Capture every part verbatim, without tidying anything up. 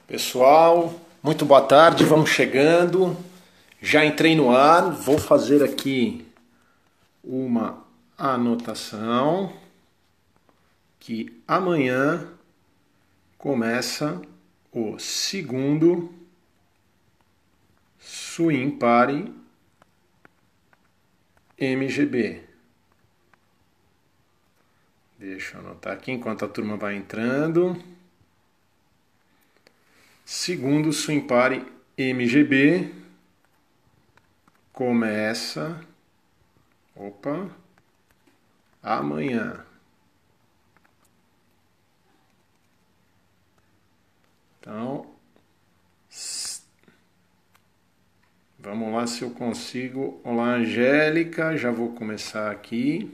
Pessoal, muito boa tarde, vamos chegando. Já entrei no ar, vou fazer aqui uma anotação que amanhã começa o segundo Swing Party M G B. Deixa eu anotar aqui enquanto a turma vai entrando. Segundo Swing Party M G B começa, opa, amanhã. Então, vamos lá se eu consigo. Olá, Angélica, já vou começar aqui.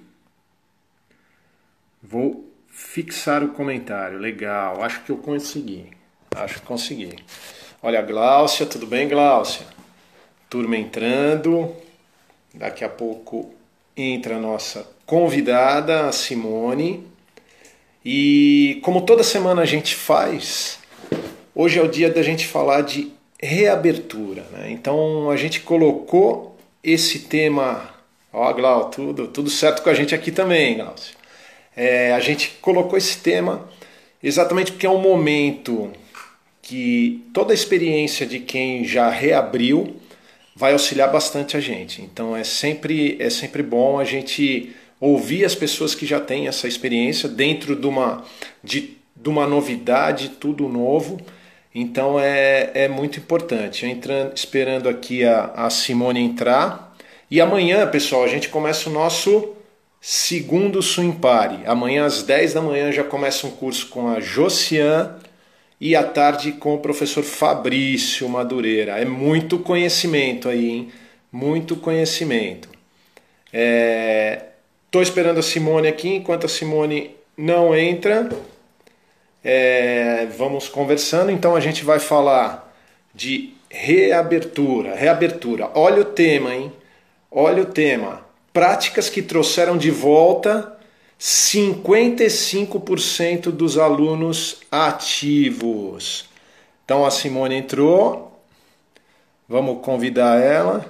Vou fixar o comentário, legal, acho que eu consegui. Acho que consegui. Olha, Gláucia, tudo bem, Gláucia? Turma entrando. Daqui a pouco entra a nossa convidada, a Simone. E como toda semana a gente faz, hoje é o dia da gente falar de reabertura, né? Então a gente colocou esse tema. Ó, Glau, tudo, tudo certo com a gente aqui também, Gláucia. É, a gente colocou esse tema exatamente porque é um momento que toda a experiência de quem já reabriu vai auxiliar bastante a gente. Então é sempre, é sempre bom a gente ouvir as pessoas que já têm essa experiência dentro de uma, de, de uma novidade, tudo novo. Então é, é muito importante. Entrando, esperando aqui a, a Simone entrar. E amanhã, pessoal, a gente começa o nosso segundo Swing Party. Amanhã às dez da manhã já começa um curso com a Josiane e à tarde com o professor Fabrício Madureira. É muito conhecimento aí, hein? Muito conhecimento. Estou é... esperando a Simone aqui. Enquanto a Simone não entra, é... vamos conversando. Então a gente vai falar de reabertura. Reabertura. Olha o tema, hein? Olha o tema. Práticas que trouxeram de volta cinquenta e cinco por cento dos alunos ativos. Então a Simone entrou. Vamos convidar ela.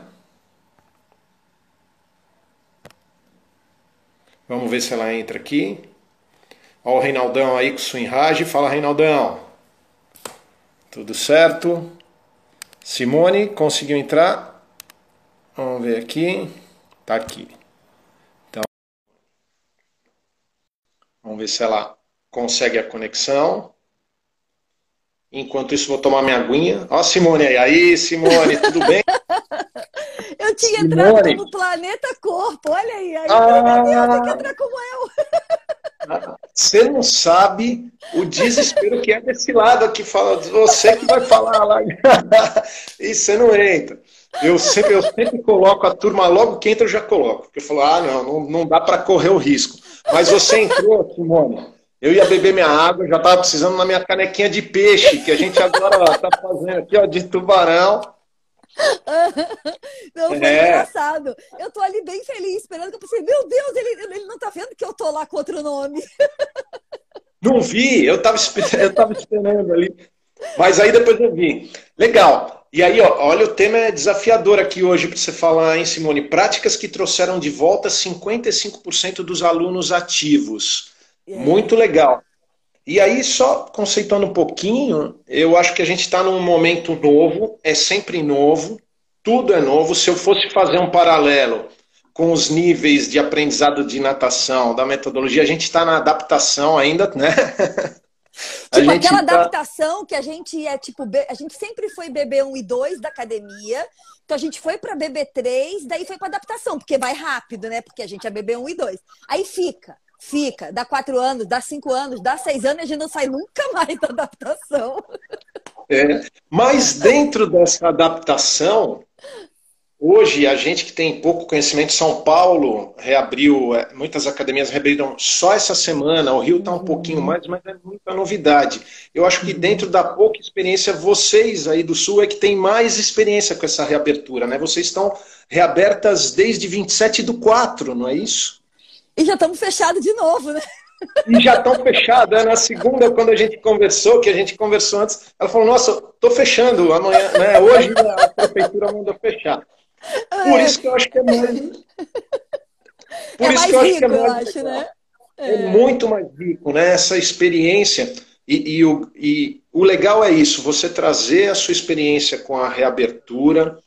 Vamos ver se ela entra aqui. Olha o Reinaldão aí com o Swing Rage. Fala, Reinaldão. Tudo certo? Simone, conseguiu entrar? Vamos ver aqui. Tá aqui. Vamos ver se ela consegue a conexão. Enquanto isso, vou tomar minha aguinha. Ó, Simone aí. Aí, Simone, tudo bem? Eu tinha Simone. entrado como Planeta Corpo. Olha aí. Aí ah, meu Deus, tem que entrar como eu. Você não sabe o desespero que é desse lado aqui. Fala, você que vai falar lá. E você não entra. Eu sempre, eu sempre coloco a turma, logo que entra eu já coloco. Porque eu falo, ah, não, não, não dá para correr o risco. Mas você entrou, Simone. Eu ia beber minha água, já estava precisando na minha canequinha de peixe, que a gente agora está fazendo aqui, ó, de tubarão. Não, foi é. engraçado. Eu tô ali bem feliz, esperando que eu pensei, meu Deus, ele, ele não tá vendo que eu tô lá com outro nome. Não vi, eu estava esperando, eu tava esperando ali. Mas aí depois eu vi. Legal. E aí, ó, olha, o tema é desafiador aqui hoje para você falar, hein, Simone? Práticas que trouxeram de volta cinquenta e cinco por cento dos alunos ativos. É. Muito legal. E aí, só conceituando um pouquinho, eu acho que a gente está num momento novo, é sempre novo, tudo é novo. Se eu fosse fazer um paralelo com os níveis de aprendizado de natação, da metodologia, a gente está na adaptação ainda, né? Tipo, aquela tá... adaptação que a gente é tipo, a gente sempre foi B B um e dois da academia, então a gente foi para B B três, daí foi para adaptação, porque vai rápido, né? Porque a gente é B B um e dois. Aí fica, fica, dá quatro anos, dá cinco anos, dá seis anos e a gente não sai nunca mais da adaptação. É, mas dentro dessa adaptação, hoje, a gente que tem pouco conhecimento, São Paulo reabriu, muitas academias reabriram só essa semana, o Rio está um pouquinho mais, mas é muita novidade. Eu acho que dentro da pouca experiência, vocês aí do Sul é que tem mais experiência com essa reabertura, né? Vocês estão reabertas desde vinte e sete do quatro, não é isso? E já estamos fechados de novo, né? E já estão fechadas. Na segunda, quando a gente conversou, que a gente conversou antes, ela falou, nossa, estou fechando amanhã, né? Hoje a prefeitura mandou fechar. Por isso que eu acho que é mais... Por é isso mais que eu acho rico, que é eu mais acho, legal. né? É. é muito mais rico, né? Essa experiência. E, e, o, e o legal é isso, você trazer a sua experiência com a reabertura,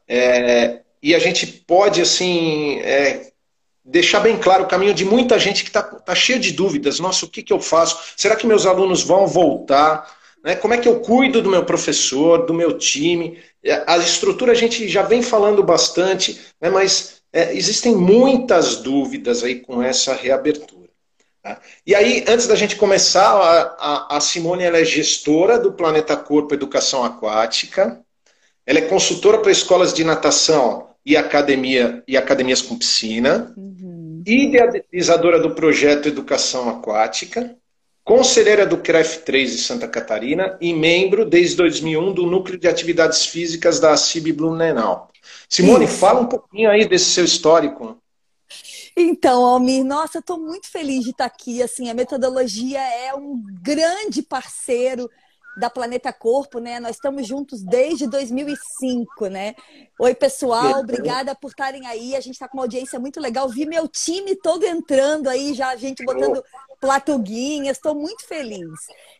é, e a gente pode, assim, é, deixar bem claro o caminho de muita gente que está tá cheia de dúvidas. Nossa, o que, que eu faço? Será que meus alunos vão voltar? Né? Como é que eu cuido do meu professor, do meu time? A estrutura a gente já vem falando bastante, né? Mas é, existem muitas dúvidas aí com essa reabertura. Tá? E aí, antes da gente começar, a, a, a Simone ela é gestora do Planeta Corpo Educação Aquática, ela é consultora para escolas de natação e, academia, e academias com piscina, uhum. Idealizadora do projeto Educação Aquática, conselheira do C R E F três de Santa Catarina e membro, desde dois mil e um, do Núcleo de Atividades Físicas da A C I B Blumenau. Simone, Isso. fala um pouquinho aí desse seu histórico. Então, Almir, nossa, eu estou muito feliz de estar aqui. Assim, a metodologia é um grande parceiro da Planeta Corpo, né? Nós estamos juntos desde dois mil e cinco, né? Oi, pessoal, obrigada por estarem aí. A gente está com uma audiência muito legal. Vi meu time todo entrando aí, já a gente botando platuguinhas. Estou muito feliz.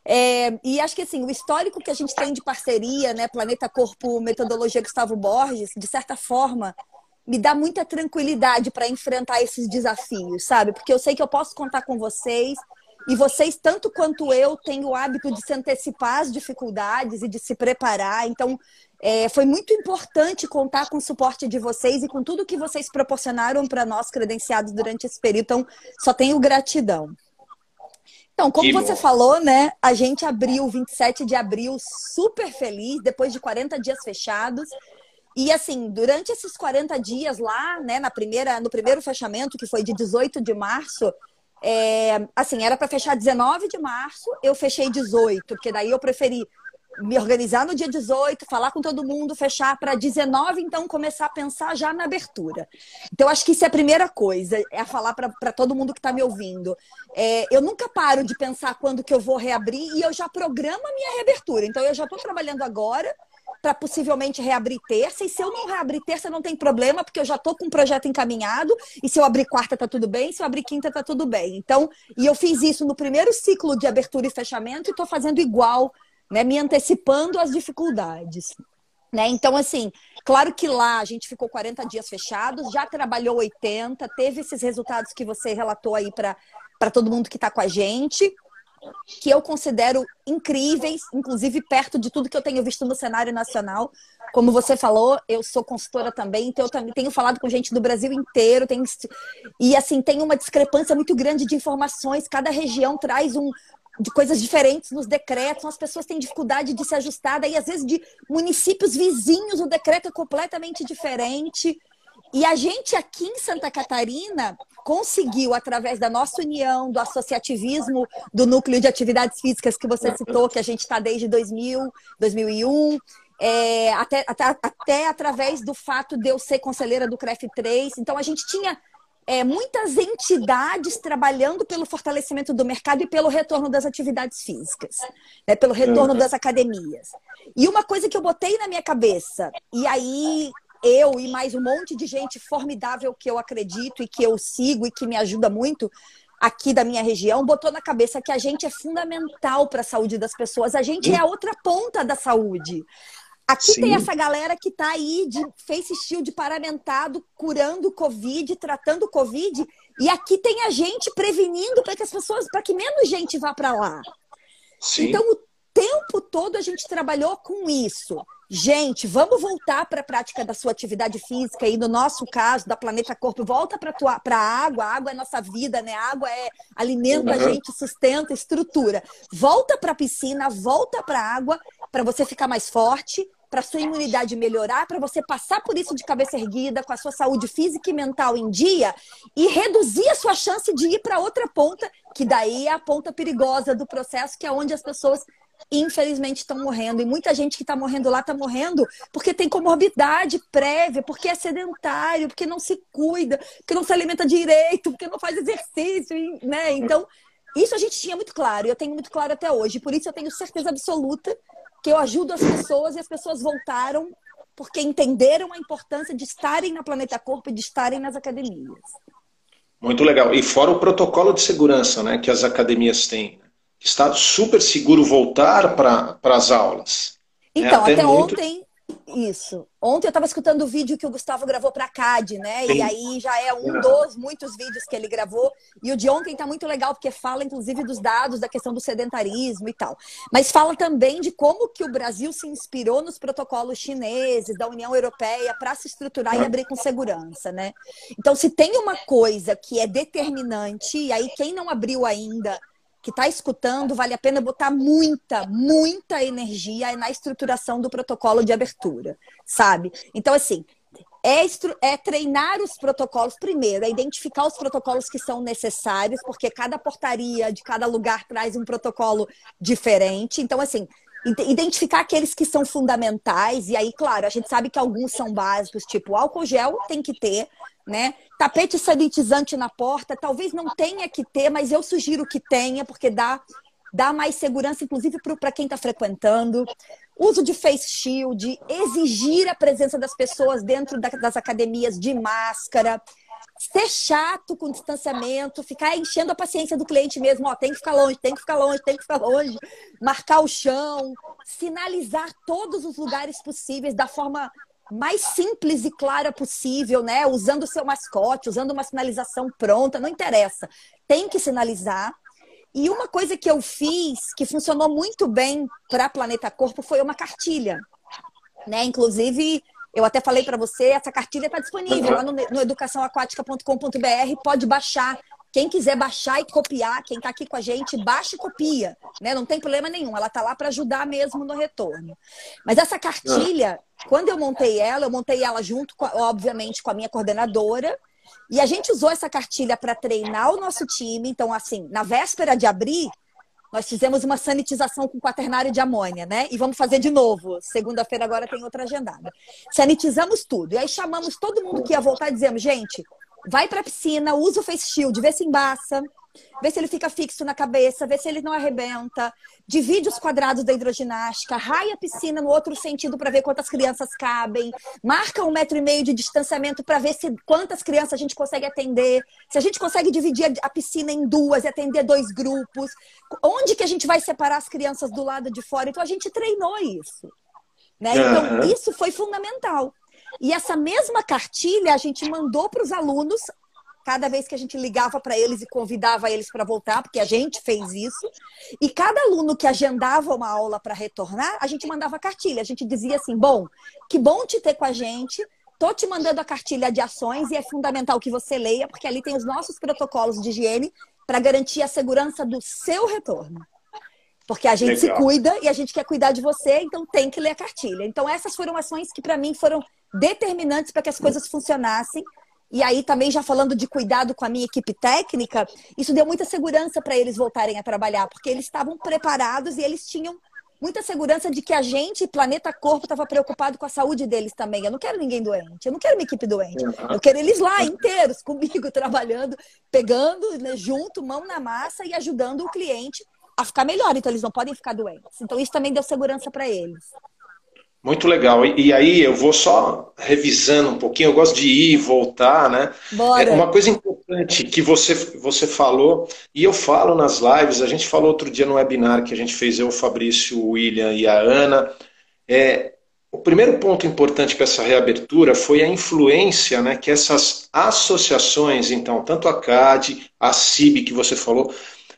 É, e acho que assim, o histórico que a gente tem de parceria, né? Planeta Corpo, Metodologia Gustavo Borges, de certa forma, me dá muita tranquilidade para enfrentar esses desafios, sabe? Porque eu sei que eu posso contar com vocês. E vocês, tanto quanto eu, têm o hábito de se antecipar às dificuldades e de se preparar. Então, é, foi muito importante contar com o suporte de vocês e com tudo que vocês proporcionaram para nós, credenciados, durante esse período. Então, só tenho gratidão. Então, como que você bom. falou, né? A gente abriu vinte e sete de abril super feliz, depois de quarenta dias fechados. E assim, durante esses quarenta dias lá, né, na primeira, no primeiro fechamento, que foi de dezoito de março, É, assim, era para fechar dezenove de março, eu fechei dezoito, porque daí eu preferi me organizar no dia dezoito, falar com todo mundo, fechar para dezenove, então começar a pensar já na abertura. Então, acho que isso é a primeira coisa, é a falar para todo mundo que está me ouvindo. É, eu nunca paro de pensar quando que eu vou reabrir e eu já programo a minha reabertura. Então, eu já estou trabalhando agora para possivelmente reabrir terça, e se eu não reabrir terça não tem problema, porque eu já estou com um projeto encaminhado, e se eu abrir quarta tá tudo bem, se eu abrir quinta tá tudo bem. Então, e eu fiz isso no primeiro ciclo de abertura e fechamento e estou fazendo igual, né, me antecipando às dificuldades. Né? Então, assim, claro que lá a gente ficou quarenta dias fechados, já trabalhou oitenta, teve esses resultados que você relatou aí para todo mundo que está com a gente, que eu considero incríveis, inclusive perto de tudo que eu tenho visto no cenário nacional. Como você falou, eu sou consultora também, então eu também tenho falado com gente do Brasil inteiro, tem... e assim, tem uma discrepância muito grande de informações, cada região traz um de coisas diferentes nos decretos, as pessoas têm dificuldade de se ajustar, daí às vezes de municípios vizinhos o decreto é completamente diferente. E a gente aqui em Santa Catarina conseguiu, através da nossa união, do associativismo, do Núcleo de Atividades Físicas que você citou, que a gente está desde dois mil, dois mil e um, é, até, até, até através do fato de eu ser conselheira do C R E F três. Então, a gente tinha é, muitas entidades trabalhando pelo fortalecimento do mercado e pelo retorno das atividades físicas, né, pelo retorno das academias. E uma coisa que eu botei na minha cabeça, e aí... eu e mais um monte de gente formidável que eu acredito e que eu sigo e que me ajuda muito aqui da minha região, botou na cabeça que a gente é fundamental para a saúde das pessoas. A gente é a outra ponta da saúde. Aqui Sim. tem essa galera que está aí de face shield paramentado, curando Covid, tratando Covid, e aqui tem a gente prevenindo para que as pessoas, para que menos gente vá para lá. Sim. Então, o tempo todo a gente trabalhou com isso. Gente, vamos voltar para a prática da sua atividade física e no nosso caso, da Planeta Corpo, volta para a água. A água é nossa vida, né? A água é alimenta uhum. a gente, sustenta, estrutura. Volta para a piscina, volta para a água para você ficar mais forte, para sua imunidade melhorar, para você passar por isso de cabeça erguida, com a sua saúde física e mental em dia e reduzir a sua chance de ir para outra ponta, que daí é a ponta perigosa do processo, que é onde as pessoas infelizmente estão morrendo, e muita gente que está morrendo lá está morrendo porque tem comorbidade prévia, porque é sedentário, porque não se cuida, porque não se alimenta direito, porque não faz exercício, né? Então Isso a gente tinha muito claro, e eu tenho muito claro até hoje. Por isso eu tenho certeza absoluta que eu ajudo as pessoas e as pessoas voltaram porque entenderam a importância de estarem na Planeta Corpo e de estarem nas academias. Muito legal. E fora o protocolo de segurança, né, que as academias têm. Está super seguro voltar para as aulas. Então, é, até, até muito... ontem... Isso. Ontem eu estava escutando o vídeo que o Gustavo gravou para a C A D, né? Sim. E aí já é um dos muitos vídeos que ele gravou. E o de ontem está muito legal, porque fala, inclusive, dos dados, da questão do sedentarismo e tal. Mas fala também de como que o Brasil se inspirou nos protocolos chineses, da União Europeia, para se estruturar e abrir com segurança, né? Então, se tem uma coisa que é determinante, e aí quem não abriu ainda... que está escutando, vale a pena botar muita, muita energia na estruturação do protocolo de abertura, sabe? Então, assim, é, é treinar os protocolos primeiro, é identificar os protocolos que são necessários, porque cada portaria de cada lugar traz um protocolo diferente. Então, assim, identificar aqueles que são fundamentais, e aí, claro, a gente sabe que alguns são básicos, tipo álcool gel tem que ter, né? Tapete sanitizante na porta, talvez não tenha que ter, mas eu sugiro que tenha, porque dá, dá mais segurança, inclusive para quem está frequentando. Uso de face shield, exigir a presença das pessoas dentro da, das academias de máscara, ser chato com distanciamento, ficar enchendo a paciência do cliente mesmo, ó, tem que ficar longe, tem que ficar longe, tem que ficar longe, marcar o chão, sinalizar todos os lugares possíveis da forma mais simples e clara possível, né? Usando o seu mascote, usando uma sinalização pronta, não interessa. Tem que sinalizar. E uma coisa que eu fiz, que funcionou muito bem para Planeta Corpo, foi uma cartilha, né? Inclusive, eu até falei para você, essa cartilha está disponível lá no, no educação aquática ponto com ponto br, pode baixar. Quem quiser baixar e copiar, quem está aqui com a gente, baixa e copia, né? Não tem problema nenhum, ela está lá para ajudar mesmo no retorno. Mas essa cartilha, quando eu montei ela, eu montei ela junto, com, obviamente, com a minha coordenadora, e a gente usou essa cartilha para treinar o nosso time. Então, assim, na véspera de abrir, nós fizemos uma sanitização com quaternário de amônia, né? E vamos fazer de novo. Segunda-feira agora tem outra agendada. Sanitizamos tudo. E aí chamamos todo mundo que ia voltar e dizemos, gente... vai para a piscina, usa o face shield, vê se embaça, vê se ele fica fixo na cabeça, vê se ele não arrebenta, divide os quadrados da hidroginástica, raia a piscina no outro sentido para ver quantas crianças cabem, marca um metro e meio de distanciamento para ver se quantas crianças a gente consegue atender, se a gente consegue dividir a piscina em duas e atender dois grupos, onde que a gente vai separar as crianças do lado de fora. Então a gente treinou isso, né? Então isso foi fundamental. E essa mesma cartilha a gente mandou para os alunos, cada vez que a gente ligava para eles e convidava eles para voltar, porque a gente fez isso. E cada aluno que agendava uma aula para retornar, a gente mandava a cartilha. A gente dizia assim, bom, que bom te ter com a gente, tô te mandando a cartilha de ações e é fundamental que você leia, porque ali tem os nossos protocolos de higiene para garantir a segurança do seu retorno. Porque a gente Legal. se cuida e a gente quer cuidar de você, então tem que ler a cartilha. Então essas foram ações que para mim foram determinantes para que as coisas funcionassem. E aí também já falando de cuidado com a minha equipe técnica, isso deu muita segurança para eles voltarem a trabalhar, porque eles estavam preparados e eles tinham muita segurança de que a gente, Planeta Corpo, estava preocupado com a saúde deles também. Eu não quero ninguém doente, eu não quero uma equipe doente. Eu quero eles lá inteiros, comigo, trabalhando, pegando, né, junto, mão na massa e ajudando o cliente a ficar melhor. Então eles não podem ficar doentes. Então isso também deu segurança para eles. Muito legal. E, e aí eu vou só revisando um pouquinho, eu gosto de ir e voltar, né? Bora. É uma coisa importante que você, você falou, e eu falo nas lives, a gente falou outro dia no webinar que a gente fez, eu, o Fabrício, o William e a Ana. É, o primeiro ponto importante para essa reabertura foi a influência, né, que essas associações, então, tanto a C A D, a C I B, que você falou,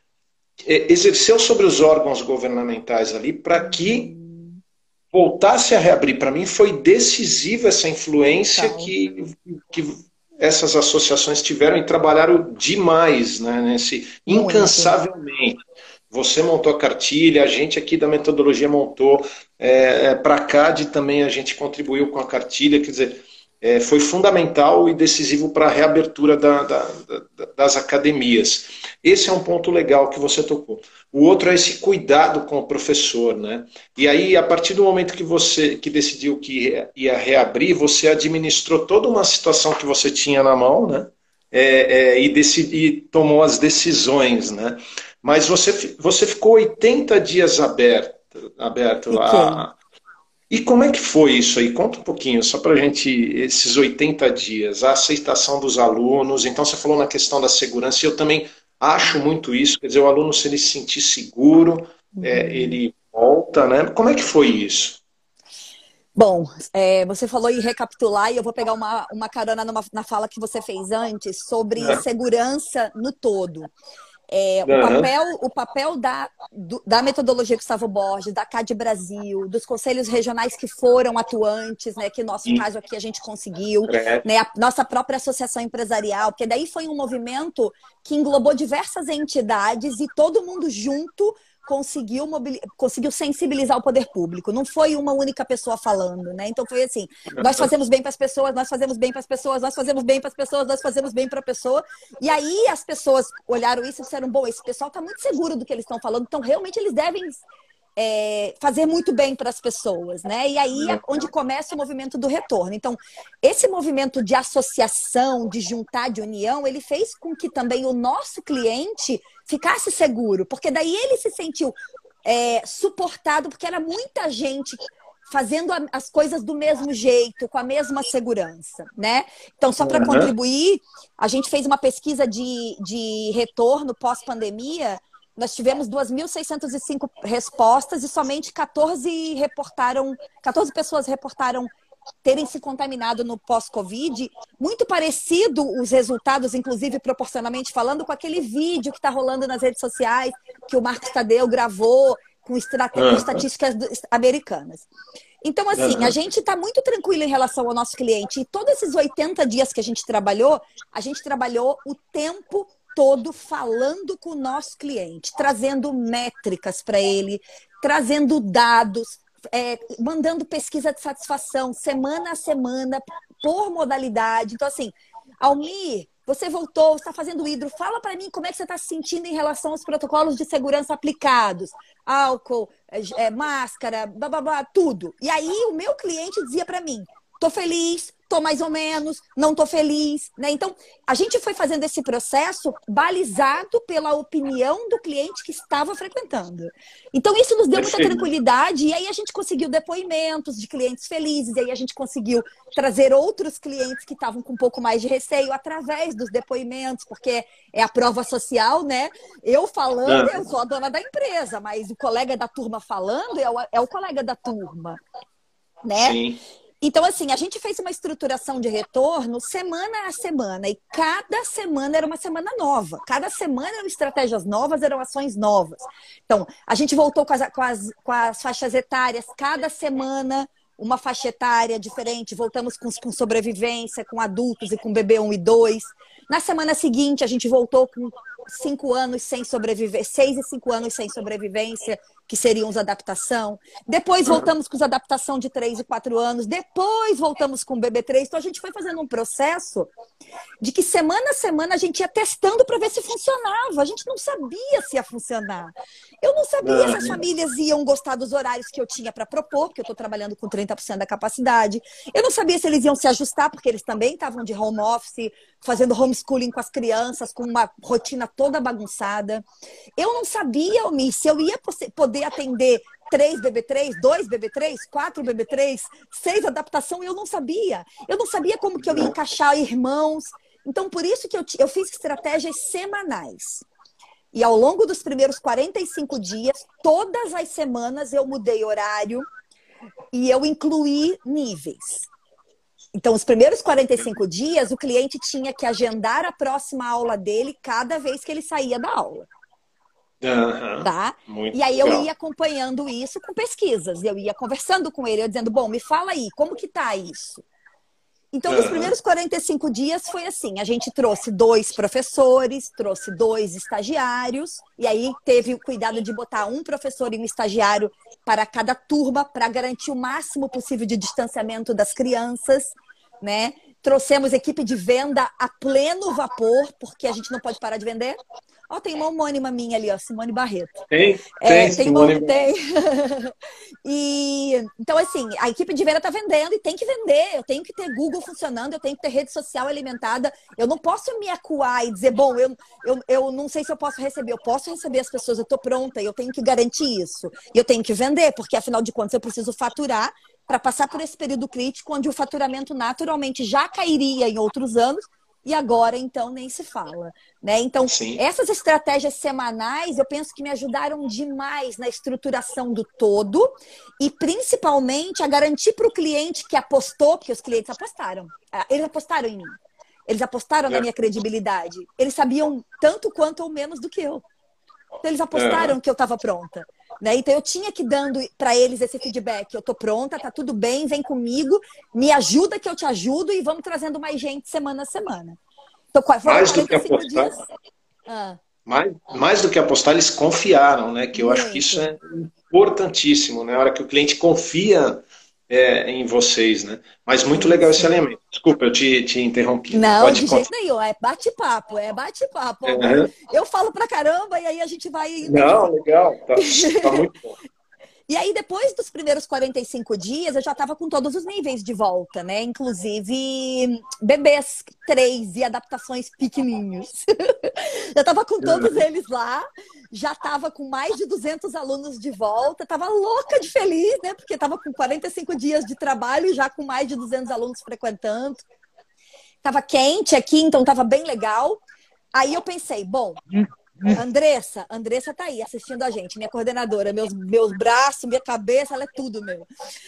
é, exerceu sobre os órgãos governamentais ali para que voltasse a reabrir. Para mim foi decisiva essa influência que, que essas associações tiveram e trabalharam demais, né, nesse, incansavelmente. Você montou a cartilha, a gente aqui da metodologia montou, é, para a C A D também a gente contribuiu com a cartilha, quer dizer, é, foi fundamental e decisivo para a reabertura da, da, da, das academias. Esse é um ponto legal que você tocou. O outro é esse cuidado com o professor, né? E aí, a partir do momento que você que decidiu que ia reabrir, você administrou toda uma situação que você tinha na mão, né? É, é, e, decidi, e tomou as decisões, né? Mas você, você ficou oitenta dias aberto, aberto a... E como é que foi isso aí? Conta um pouquinho, só para a gente, esses oitenta dias, a aceitação dos alunos. Então, você falou na questão da segurança, e eu também acho muito isso. Quer dizer, o aluno, se ele se sentir seguro, Uhum. é, ele volta, né? Como é que foi isso? Bom, é, você falou em recapitular e eu vou pegar uma, uma carona numa, na fala que você fez antes sobre É. segurança no todo. É, o Uhum. papel, o papel da, do, da metodologia Gustavo Borges, da C A D Brasil, dos conselhos regionais que foram atuantes, né, que no nosso caso aqui a gente conseguiu, né, a nossa própria associação empresarial, porque daí foi um movimento que englobou diversas entidades e todo mundo junto conseguiu, conseguiu sensibilizar o poder público. Não foi uma única pessoa falando, né? Então foi assim, nós fazemos bem para as pessoas, nós fazemos bem para as pessoas, nós fazemos bem para as pessoas, nós fazemos bem para a pessoa. E aí as pessoas olharam isso e disseram, bom, esse pessoal está muito seguro do que eles estão falando, então realmente eles devem é, fazer muito bem para as pessoas, né? E aí é onde começa o movimento do retorno. Então, esse movimento de associação, de juntar, de união, ele fez com que também o nosso cliente ficasse seguro, porque daí ele se sentiu é, suportado, porque era muita gente fazendo as coisas do mesmo jeito, com a mesma segurança, né? Então, só para uhum. contribuir, a gente fez uma pesquisa de, de retorno pós-pandemia. Nós tivemos duas mil seiscentas e cinco respostas e somente quatorze reportaram, quatorze pessoas reportaram terem se contaminado no pós-Covid, muito parecido os resultados, inclusive proporcionalmente falando, com aquele vídeo que está rolando nas redes sociais, que o Marcos Tadeu gravou com, com estatísticas americanas. Então, assim, a gente está muito tranquilo em relação ao nosso cliente. E todos esses oitenta dias que a gente trabalhou, a gente trabalhou o tempo todo falando com o nosso cliente, trazendo métricas para ele, trazendo dados, é, mandando pesquisa de satisfação semana a semana, por modalidade. Então, assim, Almir, você voltou, você está fazendo hidro, fala para mim como é que você está se sentindo em relação aos protocolos de segurança aplicados, álcool, é, máscara, blá, blá, blá, tudo. E aí o meu cliente dizia para mim, tô feliz, tô mais ou menos, não tô feliz, né? Então, a gente foi fazendo esse processo balizado pela opinião do cliente que estava frequentando. Então, isso nos deu muita tranquilidade e aí a gente conseguiu depoimentos de clientes felizes, e aí a gente conseguiu trazer outros clientes que estavam com um pouco mais de receio através dos depoimentos, porque é a prova social, né? Eu falando, eu sou a dona da empresa, mas o colega da turma falando é o, é o colega da turma, né? Sim. Então, assim, a gente fez uma estruturação de retorno semana a semana e cada semana era uma semana nova. Cada semana eram estratégias novas, eram ações novas. Então, a gente voltou com as, com as, com as faixas etárias, cada semana uma faixa etária diferente. Voltamos com, com sobrevivência, com adultos e com bebê um e dois. Na semana seguinte, a gente voltou com cinco anos sem sobrevivência, seis e cinco anos sem sobrevivência, que seriam os adaptação. Depois voltamos com os adaptação de três e quatro anos. Depois voltamos com o bebê três. Então a gente foi fazendo um processo de que semana a semana a gente ia testando para ver se funcionava. A gente não sabia se ia funcionar. Eu não sabia se as famílias iam gostar dos horários que eu tinha para propor, porque eu estou trabalhando com trinta por cento da capacidade. Eu não sabia se eles iam se ajustar, porque eles também estavam de home office, fazendo homeschooling com as crianças, com uma rotina toda bagunçada. Eu não sabia, Almir, se eu ia poder atender três B B três, dois B B três, quatro B B três, seis adaptação, eu não sabia. Eu não sabia como que eu ia encaixar irmãos. Então, por isso que eu, eu fiz estratégias semanais. E ao longo dos primeiros quarenta e cinco dias, todas as semanas eu mudei horário e eu incluí níveis. Então, os primeiros quarenta e cinco dias, o cliente tinha que agendar a próxima aula dele cada vez que ele saía da aula. Uhum. Tá? Muito E aí eu legal. ia acompanhando isso com pesquisas. Eu ia conversando com ele, eu dizendo, bom, me fala aí, como que tá isso? Então, nos Uhum. primeiros quarenta e cinco dias foi assim, a gente trouxe dois professores, trouxe dois estagiários, e aí teve o cuidado de botar um professor e um estagiário para cada turma, para garantir o máximo possível de distanciamento das crianças, né? Trouxemos equipe de venda a pleno vapor, porque a gente não pode parar de vender. Ó, tem uma homônima minha ali, ó, Simone Barreto. Tem, é, tem, tem, Simone uma, tem. E então, assim, a equipe de venda tá vendendo e tem que vender. Eu tenho que ter Google funcionando, eu tenho que ter rede social alimentada. Eu não posso me acuar e dizer, bom, eu, eu, eu não sei se eu posso receber. Eu posso receber as pessoas, eu tô pronta, eu tenho que garantir isso. E eu tenho que vender, porque afinal de contas eu preciso faturar para passar por esse período crítico onde o faturamento naturalmente já cairia em outros anos. E agora, então, nem se fala, né? Então, Sim. essas estratégias semanais, eu penso que me ajudaram demais na estruturação do todo e, principalmente, a garantir para o cliente que apostou, porque os clientes apostaram. Eles apostaram em mim. Eles apostaram é. na minha credibilidade. Eles sabiam tanto quanto ou menos do que eu. Então, eles apostaram é. que eu estava pronta. Né? Então, eu tinha que ir dando para eles esse feedback. Eu tô pronta, tá tudo bem, vem comigo, me ajuda que eu te ajudo e vamos trazendo mais gente semana a semana. Então, mais do que apostar, dias... ah. mais, mais do que apostar, eles confiaram, né? Que eu Muito. acho que isso é importantíssimo, né? A hora que o cliente confia é, em vocês, né? Mas muito legal esse elemento. Desculpa, eu te, te interrompi. Não, Pode de contar. jeito nenhum. É bate-papo, é bate-papo. Uhum. Eu falo pra caramba e aí a gente vai... Não, legal. Tá, tá muito bom. E aí, depois dos primeiros quarenta e cinco dias, eu já estava com todos os níveis de volta, né? Inclusive, bebês três e adaptações pequenininhos. Já estava com todos eles lá. Já estava com mais de duzentos alunos de volta. Estava louca de feliz, né? Porque estava com quarenta e cinco dias de trabalho, já com mais de duzentos alunos frequentando. Estava quente aqui, então estava bem legal. Aí eu pensei, bom... Andressa, Andressa tá aí assistindo a gente, minha coordenadora, meus, meus braços, minha cabeça, ela é tudo meu.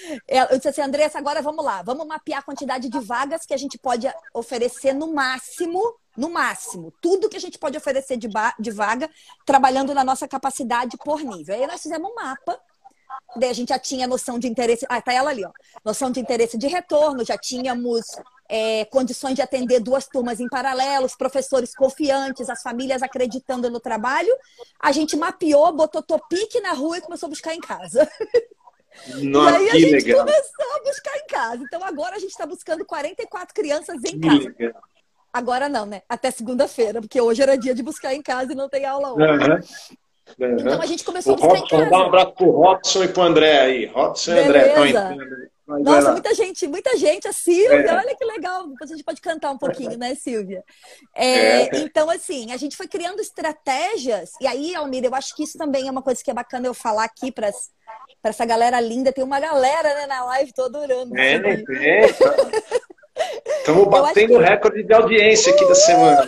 Eu disse assim, Andressa, agora vamos lá, vamos mapear a quantidade de vagas que a gente pode oferecer no máximo, no máximo, tudo que a gente pode oferecer de, de vaga, trabalhando na nossa capacidade por nível. Aí nós fizemos um mapa. Daí a gente já tinha noção de interesse. Ah, tá ela ali, ó. Noção de interesse de retorno, já tínhamos é, condições de atender duas turmas em paralelo, os professores confiantes, as famílias acreditando no trabalho. A gente mapeou, botou topique na rua e começou a buscar em casa. Nossa, e aí a que gente legal. começou a buscar em casa. Então agora a gente está buscando quarenta e quatro crianças em que casa. Legal. Agora não, né? Até segunda-feira, porque hoje era dia de buscar em casa e não tem aula hoje. Uhum. Uhum. Então a gente começou o a buscar Robson, em casa. Dá um abraço pro Robson e pro André aí. Robson e André estão entrando. Nossa, muita gente, muita gente. A Silvia, é. olha que legal. Depois a gente pode cantar um pouquinho, né, Silvia? É, é. Então, assim, a gente foi criando estratégias. E aí, Almir, eu acho que isso também é uma coisa que é bacana eu falar aqui para essa galera linda. Tem uma galera, né, na live, tô adorando. É, é. Estamos batendo o que... recorde de audiência aqui da semana.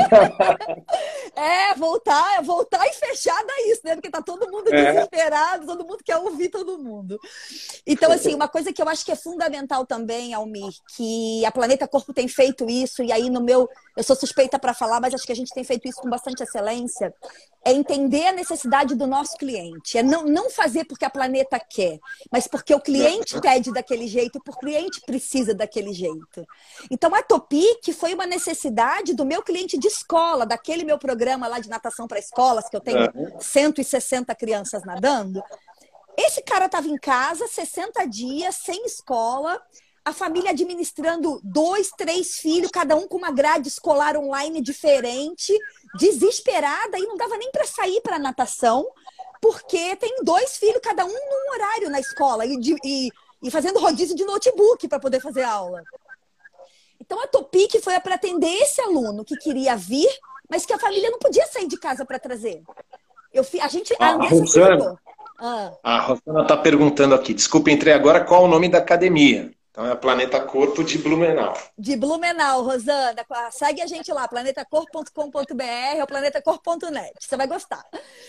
É, voltar, voltar e fechar dá isso, né? Porque tá todo mundo é. desesperado, todo mundo quer ouvir todo mundo. Então, assim, uma coisa que eu acho que é fundamental também, Almir, que a Planeta Corpo tem feito isso, e aí no meu... Eu sou suspeita para falar, mas acho que a gente tem feito isso com bastante excelência, é entender a necessidade do nosso cliente. É não, não fazer porque a Planeta quer, mas porque o cliente pede daquele jeito, porque o cliente precisa daquele jeito. Então, a Topic foi uma necessidade do meu cliente de escola, daquele meu programa lá de natação para escolas, que eu tenho cento e sessenta crianças nadando. Esse cara estava em casa, sessenta dias, sem escola, a família administrando dois, três filhos, cada um com uma grade escolar online diferente, desesperada, e não dava nem para sair para natação, porque tem dois filhos, cada um num horário na escola, e, e, e fazendo rodízio de notebook para poder fazer aula. Então, a Topic foi para atender esse aluno que queria vir, mas que a família não podia sair de casa para trazer. Eu, a gente... Ah, a Rosana, ah. a Rosana está perguntando aqui, desculpa, entrei agora, qual é o nome da academia? Então, é a Planeta Corpo de Blumenau. De Blumenau, Rosana. Segue a gente lá, planeta corpo ponto com ponto br ou planeta corpo ponto net. Você vai gostar.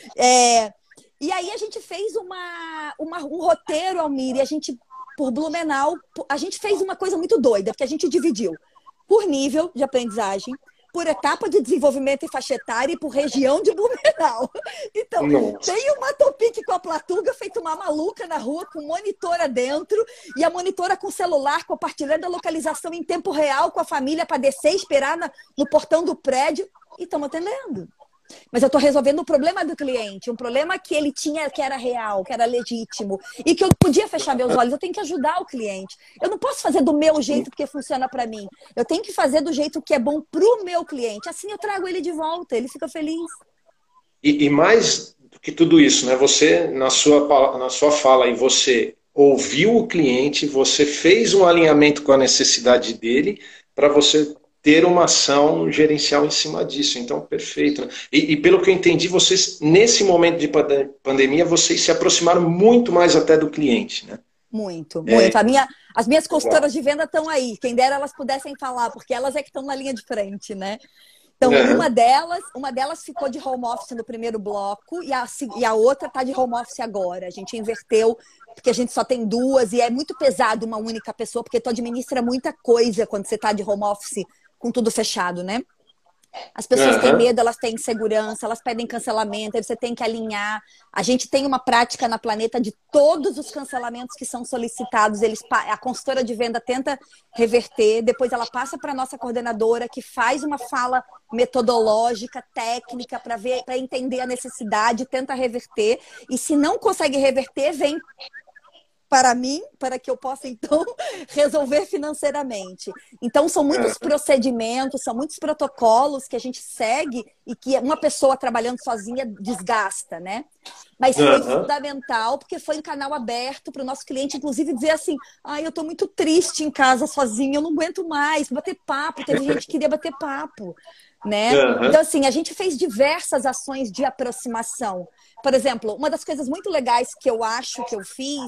É... E aí, a gente fez uma, uma, um roteiro, Almir, e a gente... Por Blumenau, a gente fez uma coisa muito doida, porque a gente dividiu por nível de aprendizagem, por etapa de desenvolvimento e faixa etária e por região de Blumenau. Então, Nossa. Tem uma Topic com a Platuga feito uma maluca na rua, com monitora dentro, e a monitora com celular, compartilhando a localização em tempo real com a família para descer e esperar na, no portão do prédio, e estamos atendendo. Mas eu estou resolvendo o problema do cliente, um problema que ele tinha, que era real, que era legítimo, e que eu não podia fechar meus olhos. Eu tenho que ajudar o cliente. Eu não posso fazer do meu jeito porque funciona para mim. Eu tenho que fazer do jeito que é bom para o meu cliente. Assim eu trago ele de volta, ele fica feliz. E, e mais do que tudo isso, né? Você, na sua, pa- na sua fala aí, você ouviu o cliente, você fez um alinhamento com a necessidade dele para você ter uma ação gerencial em cima disso. Então, perfeito, né? E, e pelo que eu entendi, vocês, nesse momento de pande- pandemia, vocês se aproximaram muito mais até do cliente, né? Muito, muito. É, A minha, as minhas legal. consultoras de venda estão aí. Quem dera elas pudessem falar, porque elas é que estão na linha de frente, né? Então, uma Aham. delas, uma delas ficou de home office no primeiro bloco e a, e a outra está de home office agora. A gente inverteu, porque a gente só tem duas e é muito pesado uma única pessoa, porque tu administra muita coisa quando você está de home office com tudo fechado, né? As pessoas têm Aham. medo, elas têm insegurança, elas pedem cancelamento, aí você tem que alinhar. A gente tem uma prática na Planeta de todos os cancelamentos que são solicitados, eles, a consultora de venda tenta reverter, depois ela passa para a nossa coordenadora, que faz uma fala metodológica, técnica, para ver, para entender a necessidade, tenta reverter, e se não consegue reverter, vem para mim, para que eu possa, então, resolver financeiramente. Então, são muitos Aham. procedimentos, são muitos protocolos que a gente segue e que uma pessoa trabalhando sozinha desgasta, né? Mas foi Aham. fundamental, porque foi um canal aberto para o nosso cliente, inclusive, dizer assim, ai, eu estou muito triste em casa sozinha, eu não aguento mais, bater papo. Teve gente que queria bater papo, né? Aham. Então, assim, a gente fez diversas ações de aproximação. Por exemplo, uma das coisas muito legais que eu acho que eu fiz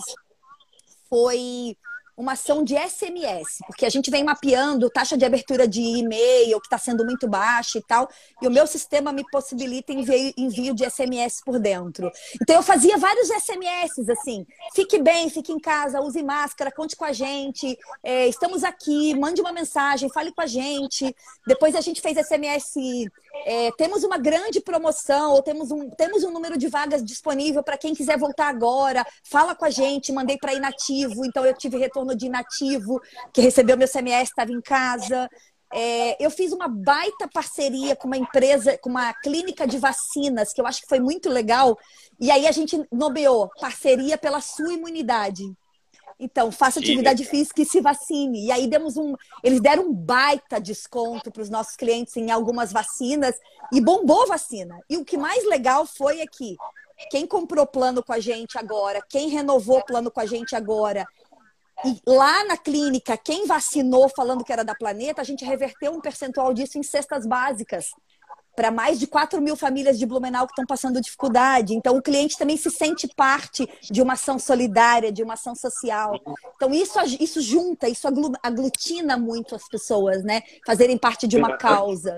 foi uma ação de S M S, porque a gente vem mapeando taxa de abertura de e-mail, que está sendo muito baixa e tal, e o meu sistema me possibilita envio, envio de S M S por dentro. Então eu fazia vários S M S, assim, fique bem, fique em casa, use máscara, conte com a gente, é, estamos aqui, mande uma mensagem, fale com a gente. Depois a gente fez S M S, é, temos uma grande promoção, ou temos um, temos um número de vagas disponível para quem quiser voltar agora, fala com a gente, mandei para inativo, então eu tive retorno de inativo, que recebeu meu S M S, estava em casa. É, eu fiz uma baita parceria com uma empresa, com uma clínica de vacinas, que eu acho que foi muito legal, e aí a gente nomeou parceria pela sua imunidade. Então, faça Que atividade legal. física e se vacine. E aí demos um. Eles deram um baita desconto para os nossos clientes em algumas vacinas e bombou a vacina. E o que mais legal foi aqui. Quem comprou plano com a gente agora, quem renovou plano com a gente agora, e lá na clínica, quem vacinou falando que era da Planeta, a gente reverteu um percentual disso em cestas básicas para mais de quatro mil famílias de Blumenau que estão passando dificuldade. Então, o cliente também se sente parte de uma ação solidária, de uma ação social. Então, isso, isso junta, isso aglutina muito as pessoas, né? Fazerem parte de uma causa.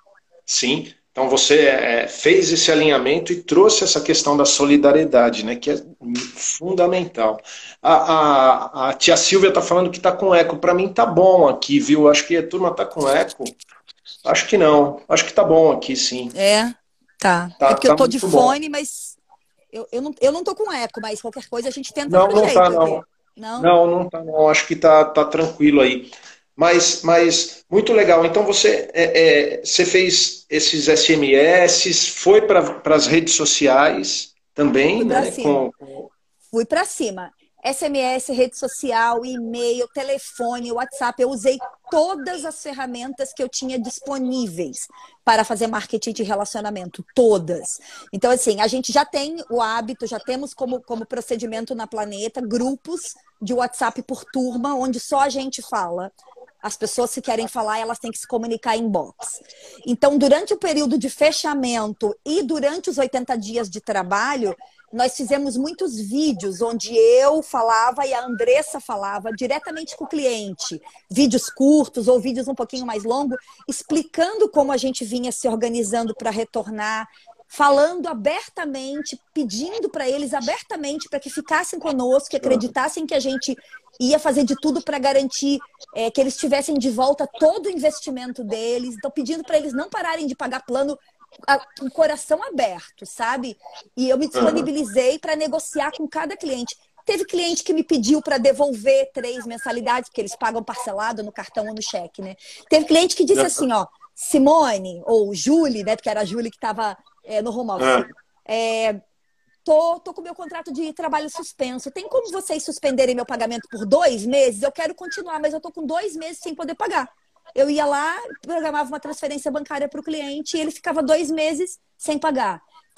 Sim, então você é, fez esse alinhamento e trouxe essa questão da solidariedade, né, que é fundamental. A, a, a tia Silvia está falando que está com eco. Para mim tá bom aqui, viu? Acho que a turma está com eco. Acho que não. Acho que tá bom aqui, sim. É, tá. É Tá, porque eu tá tô de muito bom. fone, mas eu, eu, não, eu não tô com eco, mas qualquer coisa a gente tenta Não, outro não tá, jeito aqui. não. Não? Não, não tá, não. Acho que tá, tá tranquilo aí. Mas, mas muito legal. Então você, é, é, você fez esses S M S, foi para as redes sociais também, Fui pra né? cima. Com, Fui para cima. S M S, rede social, e-mail, telefone, WhatsApp. Eu usei todas as ferramentas que eu tinha disponíveis para fazer marketing de relacionamento. Todas. Então, assim, a gente já tem o hábito, já temos como, como procedimento na Planeta grupos de WhatsApp por turma, onde só a gente fala. As pessoas que querem falar, elas têm que se comunicar em box. Então, durante o período de fechamento e durante os oitenta dias de trabalho, nós fizemos muitos vídeos onde eu falava e a Andressa falava diretamente com o cliente. Vídeos curtos ou vídeos um pouquinho mais longos, explicando como a gente vinha se organizando para retornar, falando abertamente, pedindo para eles abertamente para que ficassem conosco, que acreditassem que a gente ia fazer de tudo para garantir é, que eles tivessem de volta todo o investimento deles. Então, pedindo para eles não pararem de pagar plano com o coração aberto, sabe? E eu me uhum. disponibilizei para negociar com cada cliente. Teve cliente que me pediu para devolver três mensalidades, porque eles pagam parcelado no cartão ou no cheque, né? Teve cliente que disse assim, ó, Simone, ou Julie, né? Porque era a Julie que estava é, no home office. Uhum. É, tô, tô com meu contrato de trabalho suspenso. Tem como vocês suspenderem meu pagamento por dois meses? Eu quero continuar, mas eu tô com dois meses sem poder pagar. Eu ia lá, programava uma transferência bancária para o cliente e ele ficava dois meses sem pagar.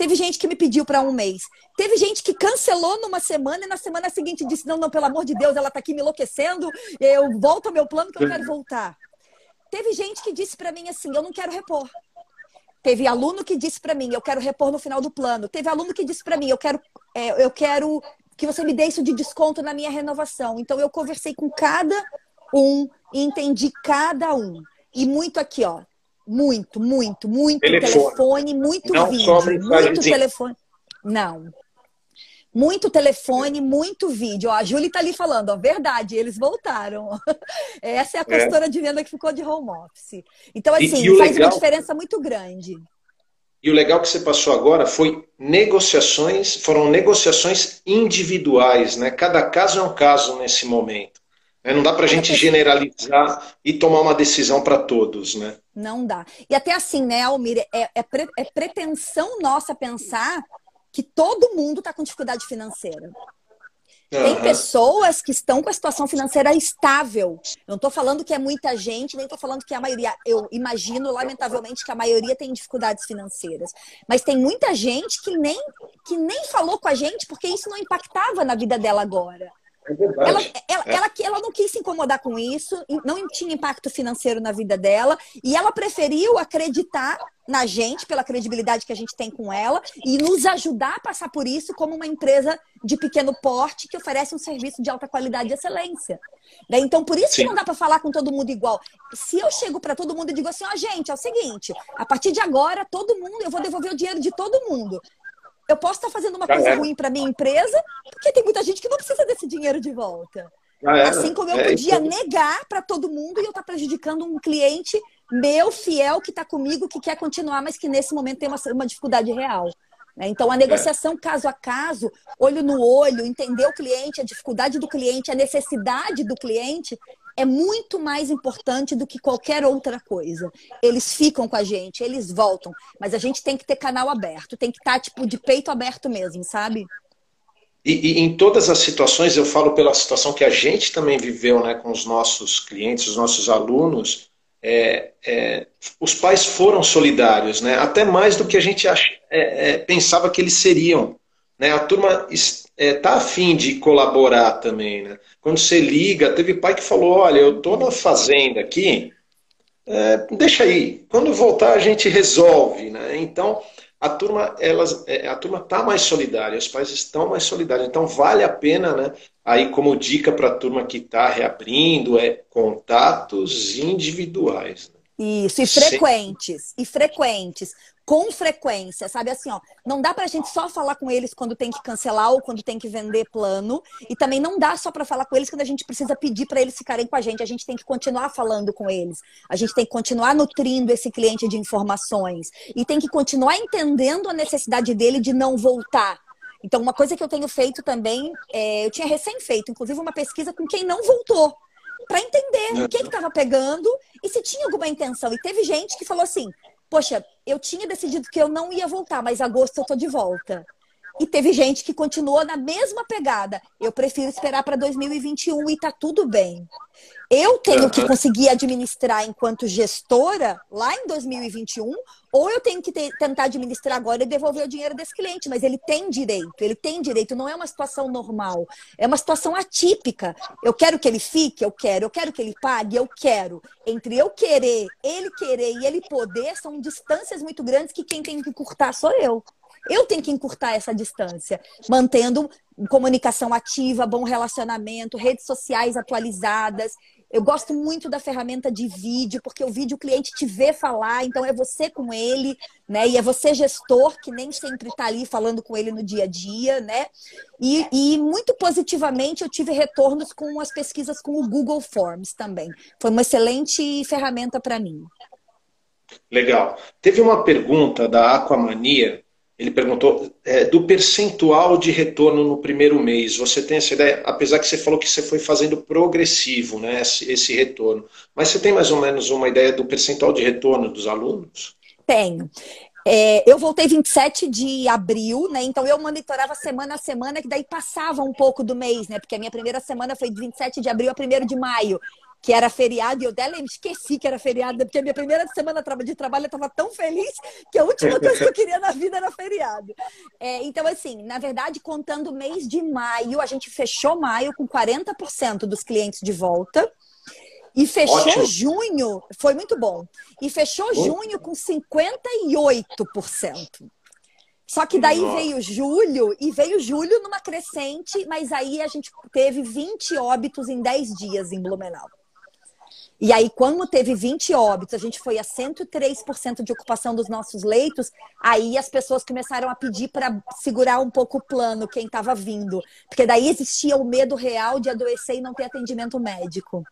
Teve gente que me pediu para um mês. Teve gente que cancelou numa semana e na semana seguinte disse, não, não, pelo amor de Deus, ela está aqui me enlouquecendo, eu volto ao meu plano que eu quero voltar. Teve gente que disse para mim assim, eu não quero repor. Teve aluno que disse para mim, eu quero repor no final do plano. Teve aluno que disse para mim, eu quero, é, eu quero que você me dê isso de desconto na minha renovação. Então, eu conversei com cada um e entendi cada um. E muito aqui, ó. Muito, muito, muito telefone, telefone muito não vídeo. Muito telefone. Não. Muito telefone, muito vídeo. Ó, a Júlia tá ali falando, ó, verdade, eles voltaram. Essa é a consultora é. de venda que ficou de home office. Então, assim, e, e faz legal, uma diferença muito grande. E o legal que você passou agora foi negociações, foram negociações individuais, né? Cada caso é um caso nesse momento. Né? Não dá pra gente generalizar e tomar uma decisão para todos, né? Não dá. E até assim, né, Almir, é, é, pre, é pretensão nossa pensar que todo mundo está com dificuldade financeira. Tem uhum. pessoas que estão com a situação financeira estável. Eu não estou falando que é muita gente, nem estou falando que é a maioria. Eu imagino, lamentavelmente, que a maioria tem dificuldades financeiras. Mas tem muita gente que nem, que nem falou com a gente porque isso não impactava na vida dela agora. É verdade. Ela, ela, é. ela, ela não quis se incomodar com isso, não tinha impacto financeiro na vida dela, e ela preferiu acreditar na gente, pela credibilidade que a gente tem com ela, e nos ajudar a passar por isso como uma empresa de pequeno porte que oferece um serviço de alta qualidade e excelência. Então, por isso Sim. que não dá para falar com todo mundo igual. Se eu chego para todo mundo e digo assim, ó, oh, gente, é o seguinte, a partir de agora, todo mundo, eu vou devolver o dinheiro de todo mundo. Eu posso estar fazendo uma coisa ruim para minha empresa, porque tem muita gente que não precisa desse dinheiro de volta. Assim como eu é, podia isso. negar para todo mundo e eu estar prejudicando um cliente meu, fiel, que está comigo, que quer continuar, mas que nesse momento tem uma, uma dificuldade real. Então, a negociação caso a caso, olho no olho, entender o cliente, a dificuldade do cliente, a necessidade do cliente, é muito mais importante do que qualquer outra coisa. Eles ficam com a gente, eles voltam, mas a gente tem que ter canal aberto, tem que estar tipo de peito aberto mesmo, sabe? E, e em todas as situações, eu falo pela situação que a gente também viveu, né, com os nossos clientes, os nossos alunos, é, é, os pais foram solidários, né, até mais do que a gente ach, é, é, pensava que eles seriam. Né, a turma está afim de colaborar também, né? Quando você liga, teve pai que falou, olha, eu estou na fazenda aqui, é, deixa aí, quando voltar a gente resolve, né? Então, a turma elas, a turma está mais solidária, os pais estão mais solidários, então vale a pena, né? Aí como dica para a turma que está reabrindo, é contatos individuais. Né? Isso, e frequentes, Sim. e frequentes. Com frequência, sabe assim, ó, não dá pra gente só falar com eles quando tem que cancelar ou quando tem que vender plano, e também não dá só pra falar com eles quando a gente precisa pedir pra eles ficarem com a gente, a gente tem que continuar falando com eles, a gente tem que continuar nutrindo esse cliente de informações e tem que continuar entendendo a necessidade dele de não voltar. Então, uma coisa que eu tenho feito também, é, eu tinha recém feito, inclusive uma pesquisa com quem não voltou, pra entender o que que tava pegando e se tinha alguma intenção, e teve gente que falou assim, poxa, eu tinha decidido que eu não ia voltar, mas agosto eu tô de volta. E teve gente que continuou na mesma pegada. Eu prefiro esperar para dois mil e vinte e um e tá tudo bem. Eu tenho que conseguir administrar enquanto gestora lá em dois mil e vinte e um, ou eu tenho que ter, tentar administrar agora e devolver o dinheiro desse cliente, mas ele tem direito, ele tem direito, não é uma situação normal, é uma situação atípica. Eu quero que ele fique, eu quero, eu quero que ele pague, eu quero. Entre eu querer, ele querer e ele poder, são distâncias muito grandes que quem tem que encurtar sou eu. Eu tenho que encurtar essa distância, mantendo comunicação ativa, bom relacionamento, redes sociais atualizadas. Eu gosto muito da ferramenta de vídeo, porque o vídeo o cliente te vê falar, então é você com ele, né? E é você gestor, que nem sempre está ali falando com ele no dia a dia, né? E, e muito positivamente eu tive retornos com as pesquisas com o Google Forms também. Foi uma excelente ferramenta para mim. Legal. Teve uma pergunta da Aquamania. Ele perguntou é, do percentual de retorno no primeiro mês. Você tem essa ideia? Apesar que você falou que você foi fazendo progressivo, né, esse, esse retorno. Mas você tem mais ou menos uma ideia do percentual de retorno dos alunos? Tenho. É, eu voltei vinte e sete de abril, né? Então eu monitorava semana a semana, que daí passava um pouco do mês, né? Porque a minha primeira semana foi de vinte e sete de abril a primeiro de maio. que era feriado, e eu dela esqueci que era feriado, porque a minha primeira semana de trabalho eu estava tão feliz que a última coisa que eu queria na vida era feriado. É, então, assim, na verdade, contando o mês de maio, a gente fechou maio com quarenta por cento dos clientes de volta. E fechou Ótimo. junho, foi muito bom. E fechou junho com cinquenta e oito por cento. Só que daí Nossa. veio julho, e veio julho numa crescente, mas aí a gente teve vinte óbitos em dez dias em Blumenau. E aí, quando teve vinte óbitos, a gente foi a cento e três por cento de ocupação dos nossos leitos, aí as pessoas começaram a pedir para segurar um pouco o plano, quem estava vindo. Porque daí existia o medo real de adoecer e não ter atendimento médico.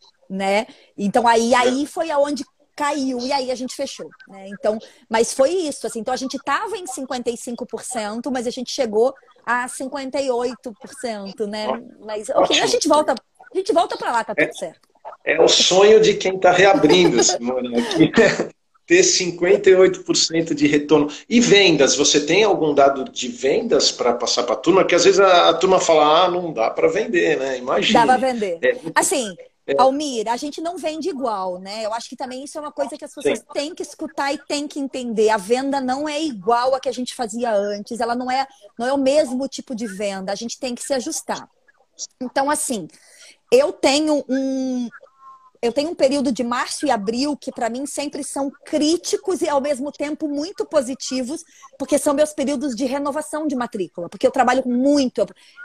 Né? Então, aí, aí foi aonde caiu, e aí a gente fechou. Né? Então, mas foi isso. Assim, então, a gente estava em cinquenta e cinco por cento, mas a gente chegou a cinquenta e oito por cento. Né? Mas, ok, a gente volta, a gente volta para lá, tá tudo certo. É o sonho de quem está reabrindo, Simone, aqui. Ter cinquenta e oito por cento de retorno. E vendas, você tem algum dado de vendas para passar para a turma? Porque às vezes a, a turma fala, ah, não dá para vender, né? Imagina. Dá para vender. É. Assim, Almir, a gente não vende igual, né? Eu acho que também isso é uma coisa que as pessoas Sim. têm que escutar e têm que entender. A venda não é igual a que a gente fazia antes, ela não é, não é o mesmo tipo de venda, a gente tem que se ajustar. Então, assim, eu tenho um, eu tenho um período de março e abril que para mim sempre são críticos e ao mesmo tempo muito positivos, porque são meus períodos de renovação de matrícula, porque eu trabalho muito...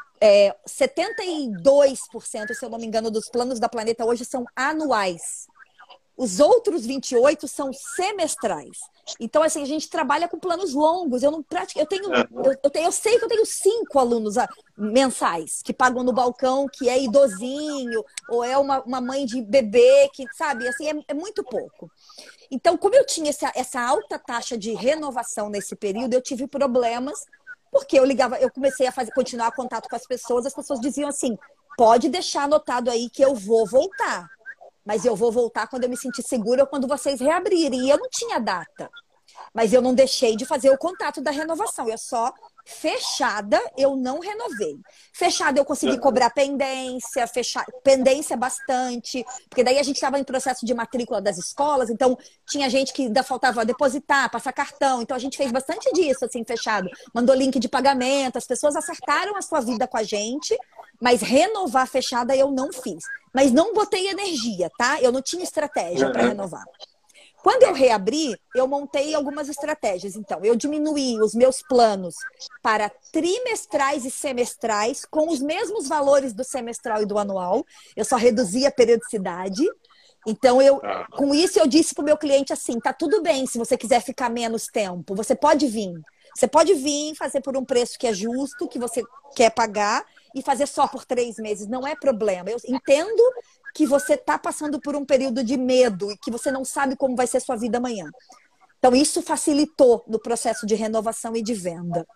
É, setenta e dois por cento, se eu não me engano, dos planos da Planeta hoje são anuais. Os outros vinte e oito por cento são semestrais. Então, assim, a gente trabalha com planos longos. Eu não pratico, eu tenho, eu, eu tenho, eu sei que eu tenho cinco alunos mensais que pagam no balcão, que é idosinho, ou é uma, uma mãe de bebê, que, sabe, assim, é, é muito pouco. Então, como eu tinha essa, essa alta taxa de renovação nesse período, eu tive problemas. Porque eu ligava, eu comecei a fazer, continuar contato com as pessoas, as pessoas diziam assim, pode deixar anotado aí que eu vou voltar. Mas eu vou voltar quando eu me sentir segura ou quando vocês reabrirem. E eu não tinha data. Mas eu não deixei de fazer o contato da renovação. Eu só, fechada, eu não renovei. Fechada, eu consegui cobrar pendência, fechar, pendência bastante. Porque daí a gente estava em processo de matrícula das escolas, então tinha gente que ainda faltava depositar, passar cartão. Então a gente fez bastante disso, assim, fechado. Mandou link de pagamento, as pessoas acertaram a sua vida com a gente, mas renovar fechada eu não fiz. Mas não botei energia, tá? Eu não tinha estratégia para renovar. Quando eu reabri, eu montei algumas estratégias. Então, eu diminuí os meus planos para trimestrais e semestrais com os mesmos valores do semestral e do anual. Eu só reduzi a periodicidade. Então, eu, com isso, eu disse para o meu cliente assim, tá tudo bem se você quiser ficar menos tempo, você pode vir. Você pode vir fazer por um preço que é justo, que você quer pagar, e fazer só por três meses. Não é problema. Eu entendo que você está passando por um período de medo e que você não sabe como vai ser sua vida amanhã. Então, isso facilitou no processo de renovação e de venda.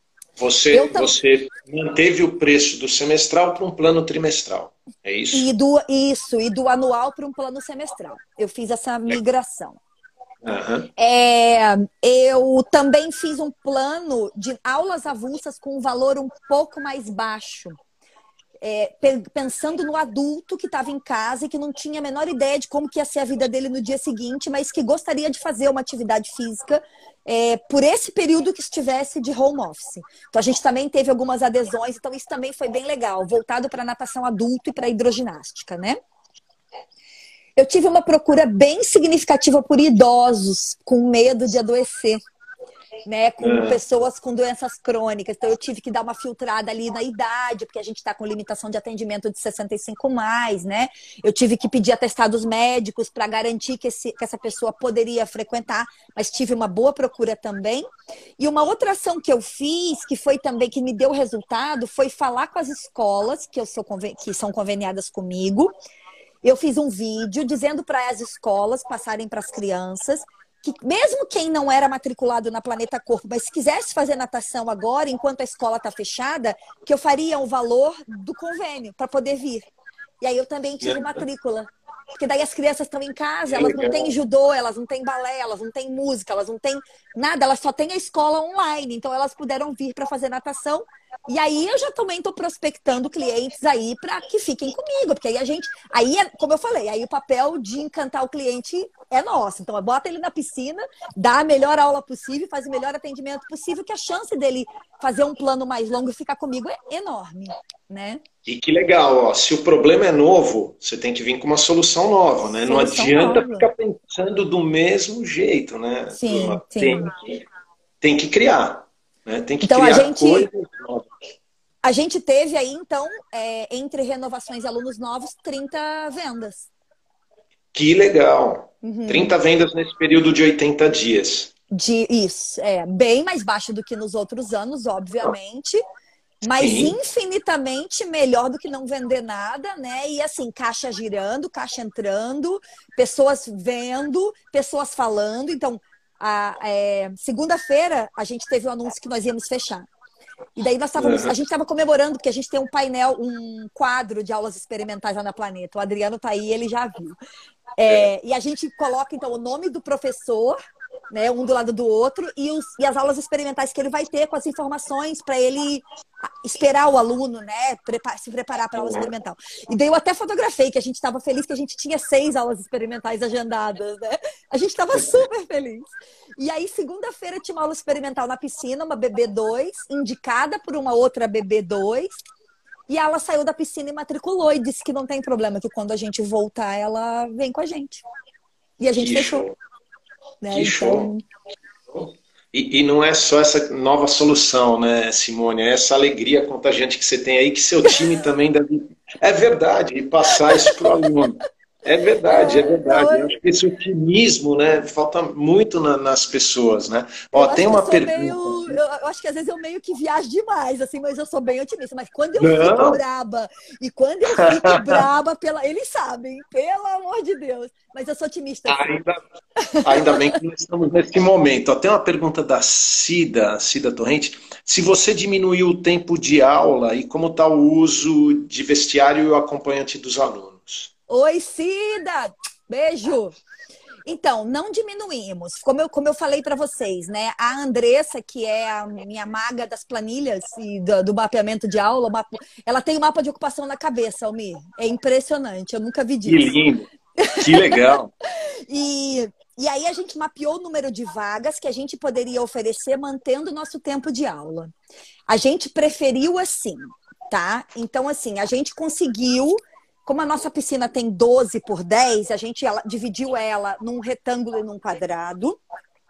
Você, tam... você manteve o preço do semestral para um plano trimestral, é isso? E do, isso, e do anual para um plano semestral. Eu fiz essa migração. Uhum. É, eu também fiz um plano de aulas avulsas com um valor um pouco mais baixo. É, pensando no adulto que estava em casa e que não tinha a menor ideia de como que ia ser a vida dele no dia seguinte, mas que gostaria de fazer uma atividade física é, por esse período que estivesse de home office. Então a gente também teve algumas adesões, então isso também foi bem legal, voltado para natação adulto e para hidroginástica, né? Eu tive uma procura bem significativa por idosos com medo de adoecer, né, com é. pessoas com doenças crônicas. Então eu tive que dar uma filtrada ali na idade, porque a gente está com limitação de atendimento de sessenta e cinco mais, né? Eu tive que pedir atestados médicos para garantir que, esse, que essa pessoa poderia frequentar, mas tive uma boa procura também. E uma outra ação que eu fiz, que foi também que me deu resultado, foi falar com as escolas que, eu sou, que são conveniadas comigo. Eu fiz um vídeo dizendo para as escolas passarem para as crianças que mesmo quem não era matriculado na Planeta Corpo, mas se quisesse fazer natação agora, enquanto a escola está fechada, que eu faria o valor do convênio para poder vir. E aí eu também tive matrícula. Porque daí as crianças estão em casa, elas não têm judô, elas não têm balé, elas não têm música, elas não têm nada, elas só têm a escola online. Então elas puderam vir para fazer natação E aí eu já também estou prospectando clientes aí para que fiquem comigo, porque aí a gente, aí é, como eu falei, aí o papel de encantar o cliente é nosso. Então, bota ele na piscina, dá a melhor aula possível, faz o melhor atendimento possível, que a chance dele fazer um plano mais longo e ficar comigo é enorme, né? E que legal, ó, se o problema é novo, você tem que vir com uma solução nova, né? Não Solução adianta nova. ficar pensando do mesmo jeito, né? Sim, Tem sim. que, tem que criar, né? Tem que Então, a criar gente, coisas novas. a gente teve aí, então, é, entre renovações e alunos novos, trinta vendas. Que legal. Uhum. trinta vendas nesse período de oitenta dias. De, isso, é bem mais baixo do que nos outros anos, obviamente, mas Sim. infinitamente melhor do que não vender nada, né? E assim, caixa girando, caixa entrando, pessoas vendo, pessoas falando. Então, a, é, segunda-feira a gente teve o anúncio que nós íamos fechar. E daí nós estávamos, a gente estava comemorando, porque a gente tem um painel, um quadro de aulas experimentais lá na Planeta. O Adriano tá aí, ele já viu. É, e a gente coloca, então, o nome do professor, né, um do lado do outro, e, os, e as aulas experimentais que ele vai ter com as informações para ele esperar o aluno, né, prepar, se preparar para a aula experimental. E daí eu até fotografei, que a gente estava feliz que a gente tinha seis aulas experimentais agendadas, né? A gente estava super feliz. E aí, segunda-feira, tinha uma aula experimental na piscina, uma B B dois, indicada por uma outra B B dois, e ela saiu da piscina e matriculou e disse que não tem problema, que quando a gente voltar, ela vem com a gente. E a gente Que fechou. show. Né? Que então... show. E, e não é só essa nova solução, né, Simone? É essa alegria contagiante que você tem aí, que seu time também deve... É verdade, e passar isso para o aluno. É verdade, é, é verdade. Eu acho que esse otimismo, né, falta muito na, nas pessoas, né? Ó, eu tem acho uma que eu pergunta. Meio, eu, eu acho que às vezes eu meio que viajo demais, assim, mas eu sou bem otimista. Mas quando eu Não. fico braba, e quando eu fico braba, pela, eles sabem, pelo amor de Deus. Mas eu sou otimista. Assim. Ainda, ainda bem que nós estamos nesse momento. Ó, tem uma pergunta da Cida, Cida Torrente. Se você diminuiu o tempo de aula e como está o uso de vestiário e o acompanhante dos alunos? Oi, Cida! Beijo! Então, não diminuímos. Como eu, como eu falei para vocês, né? A Andressa, que é a minha maga das planilhas e do, do mapeamento de aula, ela tem o um mapa de ocupação na cabeça, Almir. É impressionante, eu nunca vi disso. Que lindo! Que legal! e, e aí a gente mapeou o número de vagas que a gente poderia oferecer mantendo o nosso tempo de aula. A gente preferiu assim, tá? Então, assim, a gente conseguiu... Como a nossa piscina tem doze por dez, a gente ela, dividiu ela num retângulo e num quadrado.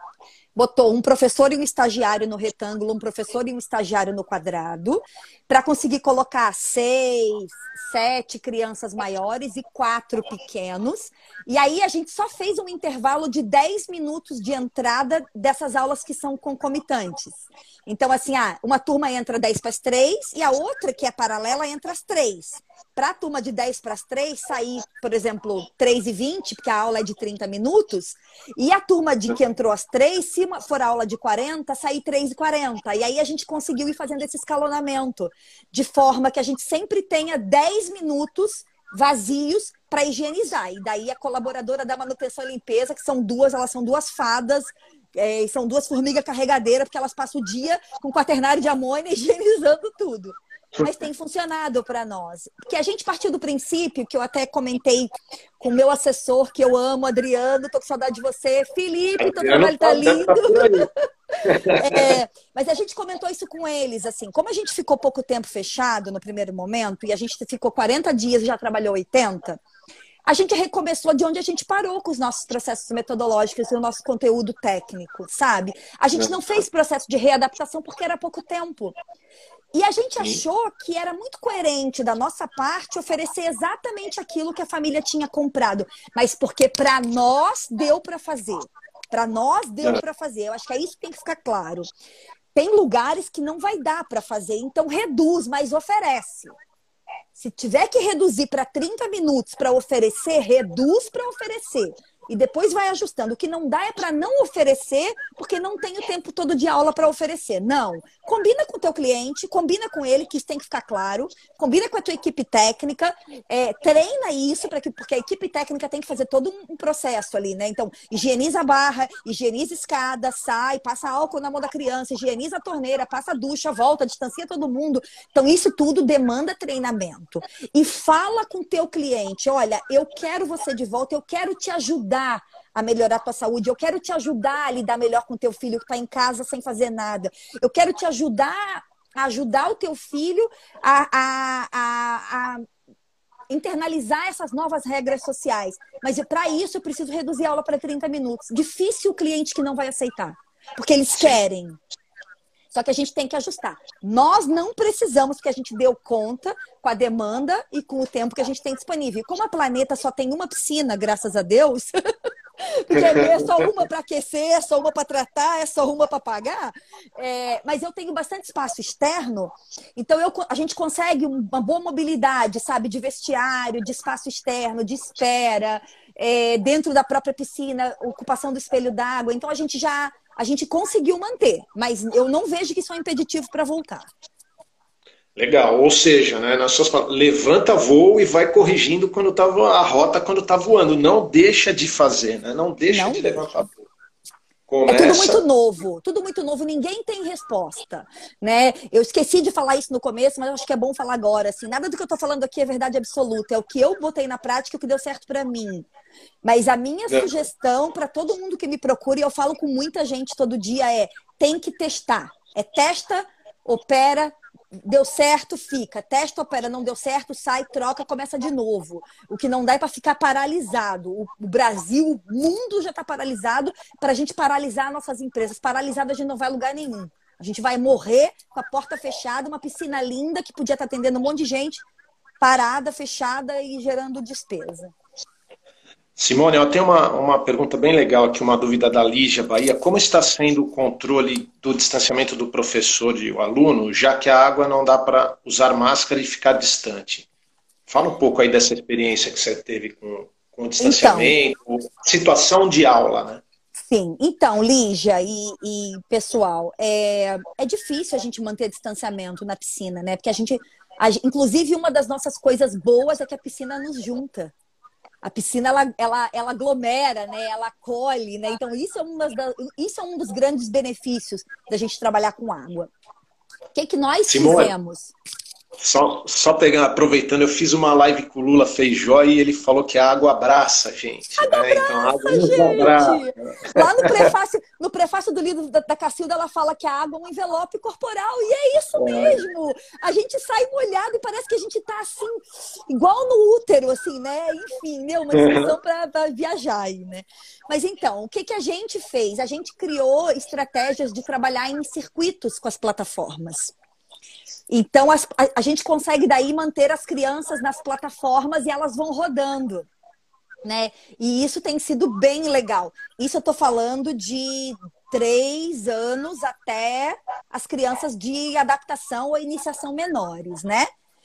Botou um professor e um estagiário no retângulo, um professor e um estagiário no quadrado, para conseguir colocar seis, sete crianças maiores e quatro pequenos. E aí a gente só fez um intervalo de dez minutos de entrada dessas aulas que são concomitantes. Então, assim, ah, uma turma entra dez para as três e a outra, que é paralela, entra às três. Para a turma de dez para as três sair, por exemplo, três e vinte, porque a aula é de trinta minutos, e a turma de que entrou às três, se for aula de quarenta, sair três e quarenta. E aí a gente conseguiu ir fazendo esse escalonamento, de forma que a gente sempre tenha dez minutos vazios para higienizar. E daí a colaboradora da manutenção e limpeza, que são duas, elas são duas fadas, é, são duas formigas carregadeiras, porque elas passam o dia com quaternário de amônia higienizando tudo. Mas tem funcionado para nós. Porque a gente partiu do princípio, que eu até comentei com o meu assessor, que eu amo, Adriano, tô com saudade de você. Felipe, teu trabalho tá lindo. É, mas a gente comentou isso com eles, assim, como a gente ficou pouco tempo fechado no primeiro momento, e a gente ficou quarenta dias e já trabalhou oitenta, a gente recomeçou de onde a gente parou com os nossos processos metodológicos e o nosso conteúdo técnico, sabe? A gente não fez processo de readaptação porque era pouco tempo. E a gente achou que era muito coerente da nossa parte oferecer exatamente aquilo que a família tinha comprado, mas porque para nós deu para fazer. Para nós deu para fazer. Eu acho que é isso que tem que ficar claro. Tem lugares que não vai dar para fazer, então reduz, mas oferece. Se tiver que reduzir para trinta minutos para oferecer, reduz para oferecer. e depois vai ajustando. O que não dá é para não oferecer, porque não tem o tempo todo de aula para oferecer. Não. Combina com o teu cliente, combina com ele, que isso tem que ficar claro, combina com a tua equipe técnica, é, treina isso, pra que, porque a equipe técnica tem que fazer todo um, um processo ali, né? Então, higieniza a barra, higieniza a escada, sai, passa álcool na mão da criança, higieniza a torneira, passa a ducha, volta, distancia todo mundo. Então, isso tudo demanda treinamento. E fala com o teu cliente, olha, eu quero você de volta, eu quero te ajudar a melhorar a tua saúde, eu quero te ajudar a lidar melhor com o teu filho que está em casa sem fazer nada. Eu quero te ajudar a ajudar o teu filho a, a, a, a internalizar essas novas regras sociais. Mas para isso eu preciso reduzir a aula para trinta minutos. Difícil o cliente que não vai aceitar, porque eles querem. Só que a gente tem que ajustar. Nós não precisamos, porque a gente deu conta com a demanda e com o tempo que a gente tem disponível. E como a Planeta só tem uma piscina, graças a Deus, porque é só uma para aquecer, é só uma para tratar, é só uma para pagar, é, mas eu tenho bastante espaço externo, então eu, a gente consegue uma boa mobilidade, sabe, de vestiário, de espaço externo, de espera, é, dentro da própria piscina, ocupação do espelho d'água. Então a gente já a gente conseguiu manter, mas eu não vejo que isso é um impeditivo para voltar. Legal, ou seja, né, nas suas palavras, levanta voo e vai corrigindo quando tá, a rota quando está voando. Não deixa de fazer, né? Não deixa não de deixa. levantar voo. Começa... É tudo muito novo, tudo muito novo, ninguém tem resposta, né? Eu esqueci de falar isso no começo, mas eu acho que é bom falar agora. Assim, nada do que eu estou falando aqui é verdade absoluta, é o que eu botei na prática e o que deu certo para mim. Mas a minha é. sugestão para todo mundo que me procura, e eu falo com muita gente todo dia, é tem que testar. É testa, opera, deu certo, fica. Testa, opera, não deu certo, sai, troca, começa de novo. O que não dá é para ficar paralisado. O Brasil, o mundo já está paralisado para a gente paralisar nossas empresas. Paralisado a gente não vai a lugar nenhum. A gente vai morrer com a porta fechada, uma piscina linda que podia estar atendendo um monte de gente, parada, fechada e gerando despesa. Simone, eu tenho uma, uma pergunta bem legal aqui, uma dúvida da Lígia Bahia. Como está sendo o controle do distanciamento do professor e o aluno, já que a água não dá para usar máscara e ficar distante? Fala um pouco aí dessa experiência que você teve com, com o distanciamento, então, situação de aula, né? Sim, então, Lígia e, e pessoal, é, é difícil a gente manter distanciamento na piscina, né? Porque a gente, a, inclusive, uma das nossas coisas boas é que a piscina nos junta. A piscina, ela, ela, ela aglomera, né? Ela acolhe, né? Então, isso é, um das, isso é um dos grandes benefícios da gente trabalhar com água. O que, que nós Simone, fizemos? Só, só pegando, aproveitando, eu fiz uma live com o Lula Feijó e ele falou que a água abraça, gente. Água né? abraça, então, a água gente! abraça. Lá no prefácio, no prefácio do livro da, da Cacilda, ela fala que a água é um envelope corporal. E é isso mesmo! A gente sai molhado e parece que a gente tá assim, igual no útero, assim, né? Enfim, né? Uma discussão para viajar aí, né? Mas então, o que, que a gente fez? A gente criou estratégias de trabalhar em circuitos com as plataformas. Então, as, a, a gente consegue daí manter as crianças nas plataformas e elas vão rodando, né? E isso tem sido bem legal. Isso eu tô falando de três anos até as crianças de adaptação ou iniciação menores, né?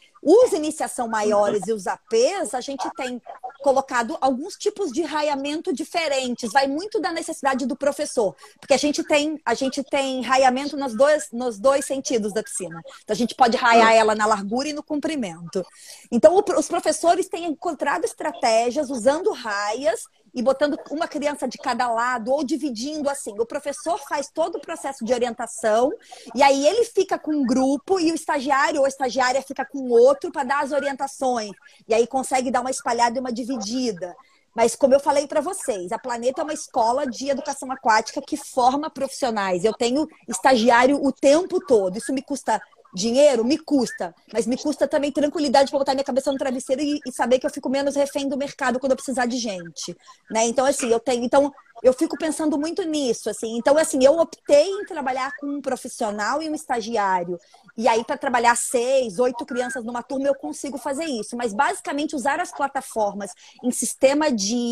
Os iniciação maiores e os A Ps, a gente tem colocado alguns tipos de raiamento diferentes. Vai muito da necessidade do professor. Porque a gente tem, a gente tem raiamento nos dois, nos dois sentidos da piscina. Então, a gente pode raiar ela na largura e no comprimento. Então, o, os professores têm encontrado estratégias usando raias e botando uma criança de cada lado ou dividindo assim. O professor faz todo o processo de orientação e aí ele fica com um grupo e o estagiário ou a estagiária fica com outro para dar as orientações. E aí consegue dar uma espalhada e uma dividida. Mas como eu falei para vocês, a Planeta é uma escola de educação aquática que forma profissionais. Eu tenho estagiário o tempo todo. Isso me custa dinheiro? Me custa. Mas me custa também tranquilidade para botar minha cabeça no travesseiro e, e saber que eu fico menos refém do mercado quando eu precisar de gente. Né? Então, assim, eu tenho... Então, eu fico pensando muito nisso. Assim. Então, assim, eu optei em trabalhar com um profissional e um estagiário. E aí, para trabalhar seis, oito crianças numa turma, eu consigo fazer isso. Mas, basicamente, usar as plataformas em sistema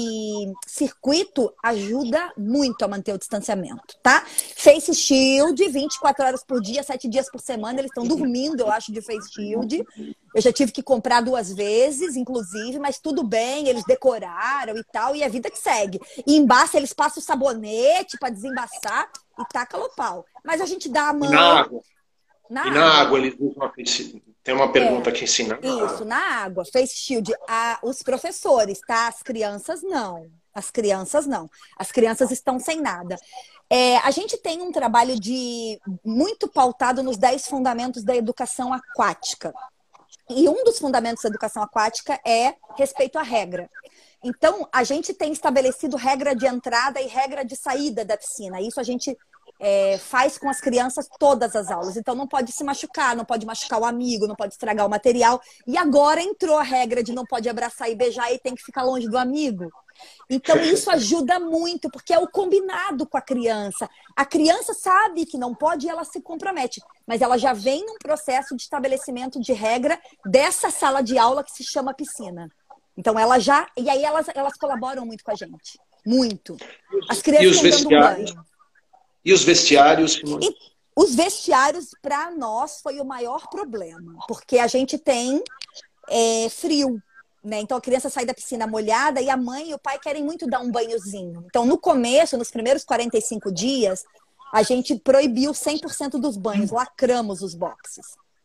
de circuito ajuda muito a manter o distanciamento, tá? Face Shield, vinte e quatro horas por dia, sete dias por semana. Eles estão dormindo, eu acho, de Face Shield. Eu já tive que comprar duas vezes, inclusive, mas tudo bem, eles decoraram e tal, e a vida que segue. E embaça, eles passam o sabonete para desembaçar e taca o pau. Mas a gente dá a E na mão. água? Na E na água. água, eles usam a face... Tem uma pergunta É, aqui ensinando. isso, na água. Face shield, a, os professores, tá? As crianças não. As crianças não. As crianças estão sem nada. É, a gente tem um trabalho de muito pautado nos dez fundamentos da educação aquática. E um dos fundamentos da educação aquática é respeito à regra. Então, a gente tem estabelecido regra de entrada e regra de saída da piscina. Isso a gente é, faz com as crianças todas as aulas. Então, não pode se machucar, não pode machucar o amigo, não pode estragar o material. E agora entrou a regra de não pode abraçar e beijar e tem que ficar longe do amigo. Então, isso ajuda muito, porque é o combinado com a criança. A criança sabe que não pode e ela se compromete, mas ela já vem num processo de estabelecimento de regra dessa sala de aula que se chama piscina. Então, ela já... E aí, elas, elas colaboram muito com a gente. Muito. As crianças estão dando banho. E os vestiários? E os vestiários, para nós, foi o maior problema, porque a gente tem é, frio. Né? Então a criança sai da piscina molhada e a mãe e o pai querem muito dar um banhozinho. Então no começo, nos primeiros quarenta e cinco dias, a gente proibiu cem por cento dos banhos, lacramos os boxes.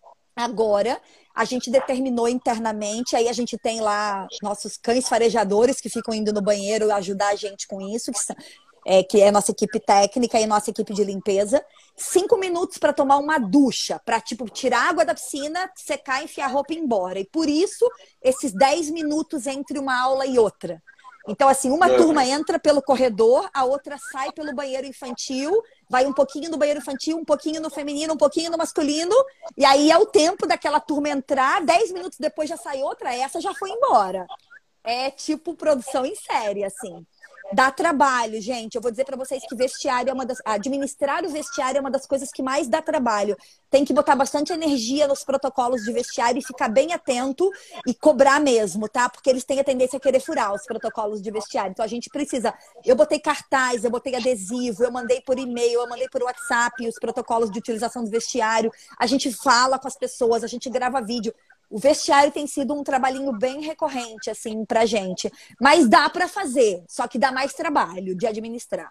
Agora a gente determinou internamente, aí a gente tem lá nossos cães farejadores que ficam indo no banheiro ajudar a gente com isso, que são, é, que é a nossa equipe técnica e nossa equipe de limpeza. Cinco minutos para tomar uma ducha, para tipo, tirar a água da piscina, secar, enfiar a roupa e ir embora. E por isso, esses dez minutos entre uma aula e outra. Então, assim, uma é. turma entra pelo corredor, a outra sai pelo banheiro infantil, vai um pouquinho no banheiro infantil, um pouquinho no feminino, um pouquinho no masculino, e aí é o tempo daquela turma entrar, dez minutos depois já sai outra, essa já foi embora. É tipo produção em série, assim. Dá trabalho, gente. Eu vou dizer para vocês que vestiário é uma das... administrar o vestiário é uma das coisas que mais dá trabalho. Tem que botar bastante energia nos protocolos de vestiário e ficar bem atento e cobrar mesmo, tá? Porque eles têm a tendência a querer furar os protocolos de vestiário. Então a gente precisa... Eu botei cartaz, eu botei adesivo, eu mandei por e-mail, eu mandei por WhatsApp os protocolos de utilização do vestiário. A gente fala com as pessoas, a gente grava vídeo. O vestiário tem sido um trabalhinho bem recorrente, assim, pra gente. Mas dá para fazer, só que dá mais trabalho de administrar.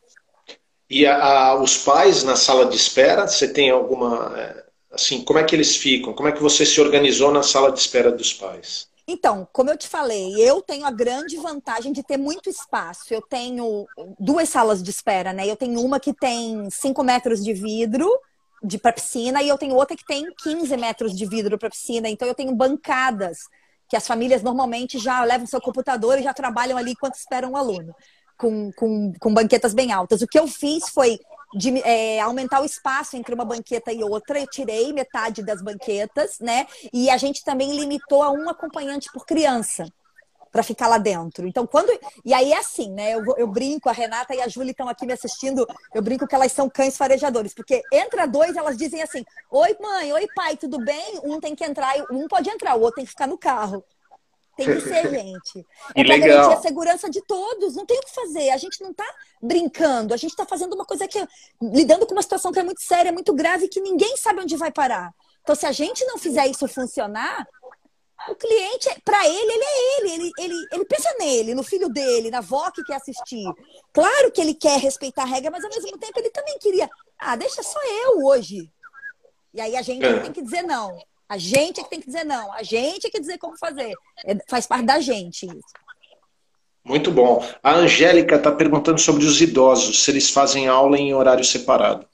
E a, a, os pais na sala de espera, você tem alguma... Assim, como é que eles ficam? Como é que você se organizou na sala de espera dos pais? Então, como eu te falei, eu tenho a grande vantagem de ter muito espaço. Eu tenho duas salas de espera, né? Eu tenho uma que tem cinco metros de vidro de para piscina e eu tenho outra que tem quinze metros de vidro para piscina. Então eu tenho bancadas que as famílias normalmente já levam seu computador e já trabalham ali enquanto esperam o aluno, com, com, com banquetas bem altas. O que eu fiz foi de, é, aumentar o espaço entre uma banqueta e outra. Eu tirei metade das banquetas, né? E a gente também limitou a um acompanhante por criança, para ficar lá dentro. Então, quando... E aí é assim, né? Eu, eu brinco, a Renata e a Júlia estão aqui me assistindo, eu brinco que elas são cães farejadores, porque entra dois, elas dizem assim, oi mãe, oi pai, tudo bem? Um tem que entrar, um pode entrar, o outro tem que ficar no carro. Tem que ser, gente. É para garantir a segurança de todos, não tem o que fazer. A gente não está brincando, a gente está fazendo uma coisa que é... lidando com uma situação que é muito séria, muito grave, que ninguém sabe onde vai parar. Então, se a gente não fizer isso funcionar, o cliente, para ele, ele é ele. Ele, ele. ele pensa nele, no filho dele, na avó que quer assistir. Claro que ele quer respeitar a regra, mas ao mesmo tempo ele também queria. Ah, deixa só eu hoje. E aí a gente é. tem que dizer não. A gente é que tem que dizer não. A gente é que tem que dizer como fazer. É, faz parte da gente isso. Muito bom. A Angélica está perguntando sobre os idosos, se eles fazem aula em horário separado.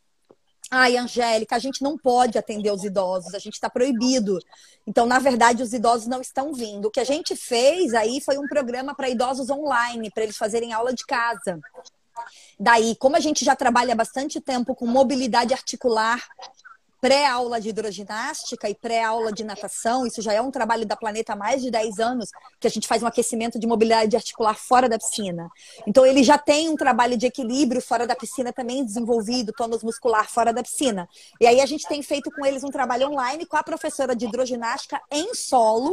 Ai, Angélica, a gente não pode atender os idosos, a gente está proibido. Então, na verdade, os idosos não estão vindo. O que a gente fez aí foi um programa para idosos online, para eles fazerem aula de casa. Daí, como a gente já trabalha há bastante tempo com mobilidade articular, pré-aula de hidroginástica e pré-aula de natação, isso já é um trabalho da Planeta há mais de dez anos, que a gente faz um aquecimento de mobilidade articular fora da piscina. Então, ele já tem um trabalho de equilíbrio fora da piscina também desenvolvido, tônus muscular fora da piscina. E aí a gente tem feito com eles um trabalho online com a professora de hidroginástica em solo,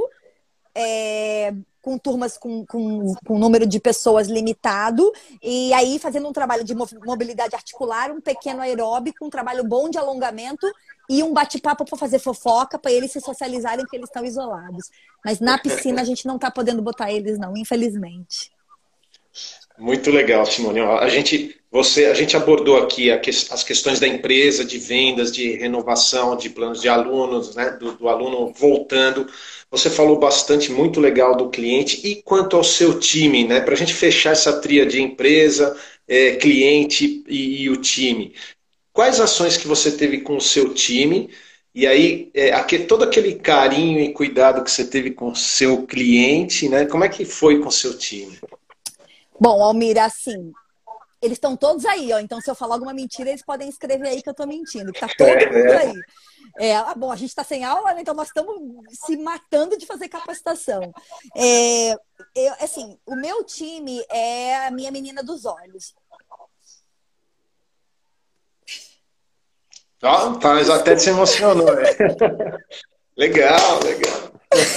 é, com turmas com, com, com número de pessoas limitado, e aí fazendo um trabalho de mobilidade articular, um pequeno aeróbico, um trabalho bom de alongamento e um bate-papo para fazer fofoca, para eles se socializarem, porque eles estão isolados. Mas na piscina a gente não está podendo botar eles, não, infelizmente. Muito legal, Simone. A gente, você, a gente abordou aqui a que, as questões da empresa, de vendas, de renovação, de planos de alunos, né, do, do aluno voltando. Você falou bastante, muito legal do cliente. E quanto ao seu time, né, para a gente fechar essa tríade empresa, é, cliente e, e o time. Quais ações que você teve com o seu time? E aí, é, aqui, todo aquele carinho e cuidado que você teve com o seu cliente, né? Como é que foi com o seu time? Bom, Almir, assim, eles estão todos aí, ó. Então, se eu falar alguma mentira, eles podem escrever aí que eu tô mentindo, que tá todo É, mundo é. aí. É, ah, bom, a gente está sem aula, né? Então nós estamos se matando de fazer capacitação. É, eu, assim, o meu time é a minha menina dos olhos. Ó, oh, mas até se emocionou, né? Legal, legal.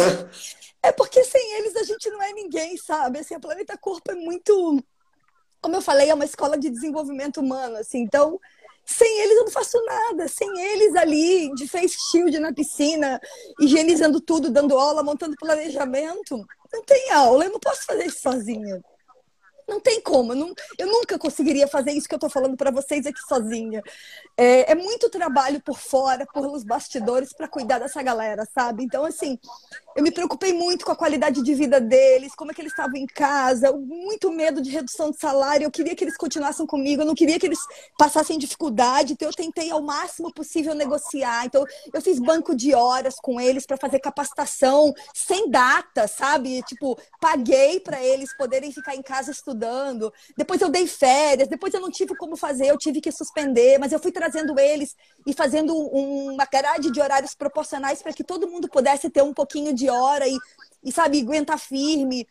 É porque sem eles a gente não é ninguém, sabe? Assim, a Planeta Corpo é muito, como eu falei, é uma escola de desenvolvimento humano, assim. Então, sem eles eu não faço nada. Sem eles ali, de face shield na piscina, higienizando tudo, dando aula, montando planejamento, não tem aula. Eu não posso fazer isso sozinha. Não tem como. Eu, não, eu nunca conseguiria fazer isso que eu estou falando para vocês aqui sozinha. É, é muito trabalho por fora, por os bastidores, para cuidar dessa galera, sabe? Então, assim, eu me preocupei muito com a qualidade de vida deles, como é que eles estavam em casa, muito medo de redução de salário. Eu queria que eles continuassem comigo, eu não queria que eles passassem dificuldade, então eu tentei ao máximo possível negociar. Então, eu fiz banco de horas com eles para fazer capacitação sem data, sabe? Tipo, paguei para eles poderem ficar em casa estudando. Depois eu dei férias, depois eu não tive como fazer, eu tive que suspender, mas eu fui trazendo eles e fazendo uma grade de horários proporcionais para que todo mundo pudesse ter um pouquinho de hora e, e sabe, aguentar firme.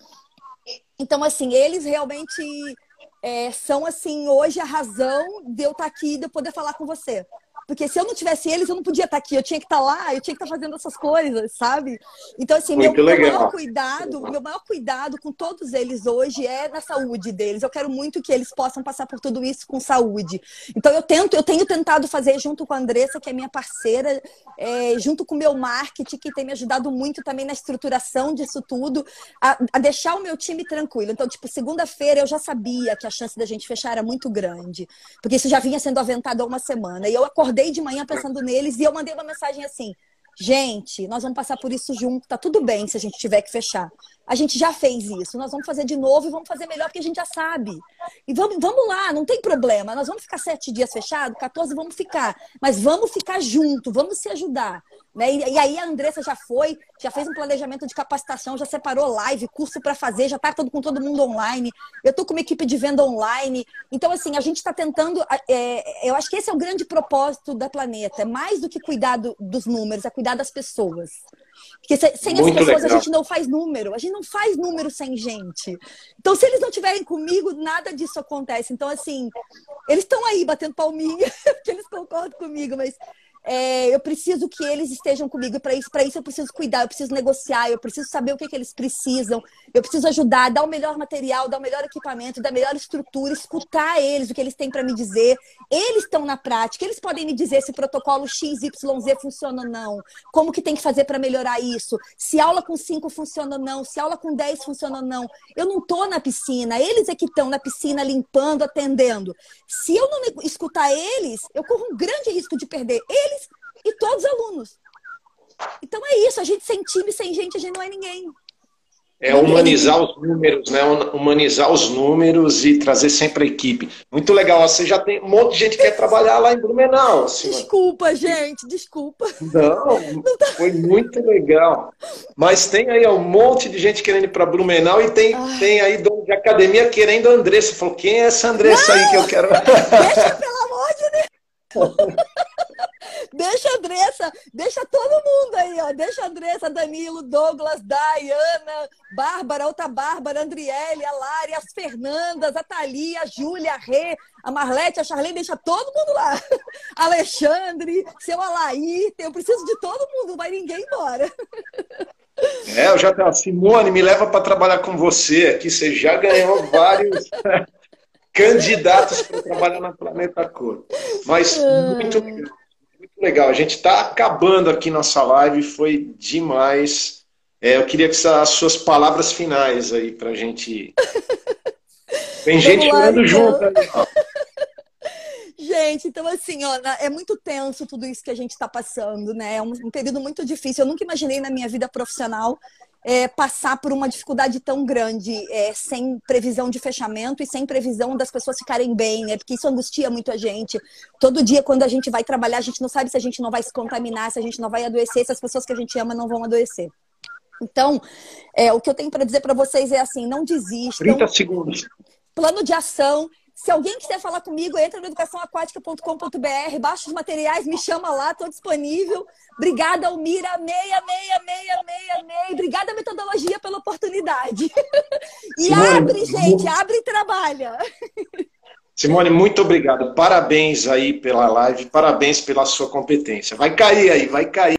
Então, assim, eles realmente é, são, assim, hoje a razão de eu estar aqui e de eu poder falar com você. Porque se eu não tivesse eles, eu não podia estar aqui. Eu tinha que estar lá, eu tinha que estar fazendo essas coisas, sabe? Então, assim, meu, meu maior cuidado, meu maior cuidado com todos eles hoje é na saúde deles. Eu quero muito que eles possam passar por tudo isso com saúde. Então, eu tento, eu tenho tentado fazer junto com a Andressa, que é minha parceira, é, junto com o meu marketing, que tem me ajudado muito também na estruturação disso tudo, a, a deixar o meu time tranquilo. Então, tipo, segunda-feira eu já sabia que a chance da gente fechar era muito grande, porque isso já vinha sendo aventado há uma semana. E eu acordei de manhã pensando neles e eu mandei uma mensagem assim: gente, nós vamos passar por isso junto, tá tudo bem se a gente tiver que fechar. A gente já fez isso, nós vamos fazer de novo e vamos fazer melhor porque a gente já sabe. E vamos, vamos lá, não tem problema. Nós vamos ficar sete dias fechados, quatorze vamos ficar. Mas vamos ficar junto, vamos se ajudar. Né? E, e aí a Andressa já foi, já fez um planejamento de capacitação, já separou live, curso para fazer, já está todo, com todo mundo online. Eu estou com uma equipe de venda online. Então, assim, a gente está tentando... É, eu acho que esse é o grande propósito da Planeta. É mais do que cuidar do, dos números, é cuidar das pessoas. Porque se, sem Muito as pessoas legal. A gente não faz número. A gente não faz número sem gente. Então, se eles não estiverem comigo, nada disso acontece. Então, assim, eles estão aí batendo palminha, porque eles concordam comigo, mas... É, eu preciso que eles estejam comigo. Para isso, para isso eu preciso cuidar, eu preciso negociar, eu preciso saber o que, que eles precisam, eu preciso ajudar, dar o melhor material, dar o melhor equipamento, dar a melhor estrutura, escutar eles, o que eles têm para me dizer. Eles estão na prática, eles podem me dizer se o protocolo X Y Z funciona ou não, como que tem que fazer para melhorar isso, se aula com cinco funciona ou não, se aula com dez funciona ou não. Eu não estou na piscina, eles é que estão na piscina limpando, atendendo. Se eu não escutar eles, eu corro um grande risco de perder eles e todos os alunos. Então é isso, a gente sem time, sem gente, a gente não é ninguém. É humanizar os números, né? Humanizar os números e trazer sempre a equipe. Muito legal. Você já tem um monte de gente que quer trabalhar lá em Blumenau. Assim, desculpa, gente, desculpa. Não, não tá... foi muito legal. Mas tem aí um monte de gente querendo ir para Blumenau e tem, tem aí dono de academia querendo a Andressa. Falou, quem é essa Andressa não! aí que eu quero... Deixa, pelo amor de Deus! Deixa a Andressa, deixa todo mundo aí, ó. Deixa a Andressa, Danilo, Douglas, Dayana, Bárbara, outra Bárbara, Andriele, a Lari, as Fernandas, a Thalia, a Júlia, a Rê, a Marlete, a Charlene, deixa todo mundo lá. Alexandre, seu Alaí, eu preciso de todo mundo, não vai ninguém embora. É, eu já tenho. Simone, me leva para trabalhar com você aqui, você já ganhou vários candidatos para trabalhar na Planeta Corpo. Mas muito legal. Legal, a gente está acabando aqui nossa live, foi demais. É, eu queria que as suas palavras finais aí para a gente. Tem gente lá, chorando então. junto aí, ó. Gente, então assim, ó, é muito tenso tudo isso que a gente está passando, né? É um, um período muito difícil. Eu nunca imaginei na minha vida profissional é, passar por uma dificuldade tão grande, é, sem previsão de fechamento e sem previsão das pessoas ficarem bem, né? Porque isso angustia muito a gente. Todo dia, quando a gente vai trabalhar, a gente não sabe se a gente não vai se contaminar, se a gente não vai adoecer, se as pessoas que a gente ama não vão adoecer. Então, é, o que eu tenho para dizer para vocês é assim, não desistam. trinta segundos. Plano de ação. Se alguém quiser falar comigo, entra no educação aquática ponto com ponto br, baixa os materiais, me chama lá, estou disponível. Obrigada, Almira, meia, meia, meia, meia, meia. Obrigada, Metodologia, pela oportunidade. E Simone, abre, gente, abre e trabalha. Simone, muito obrigado. Parabéns aí pela live, parabéns pela sua competência. Vai cair aí, vai cair.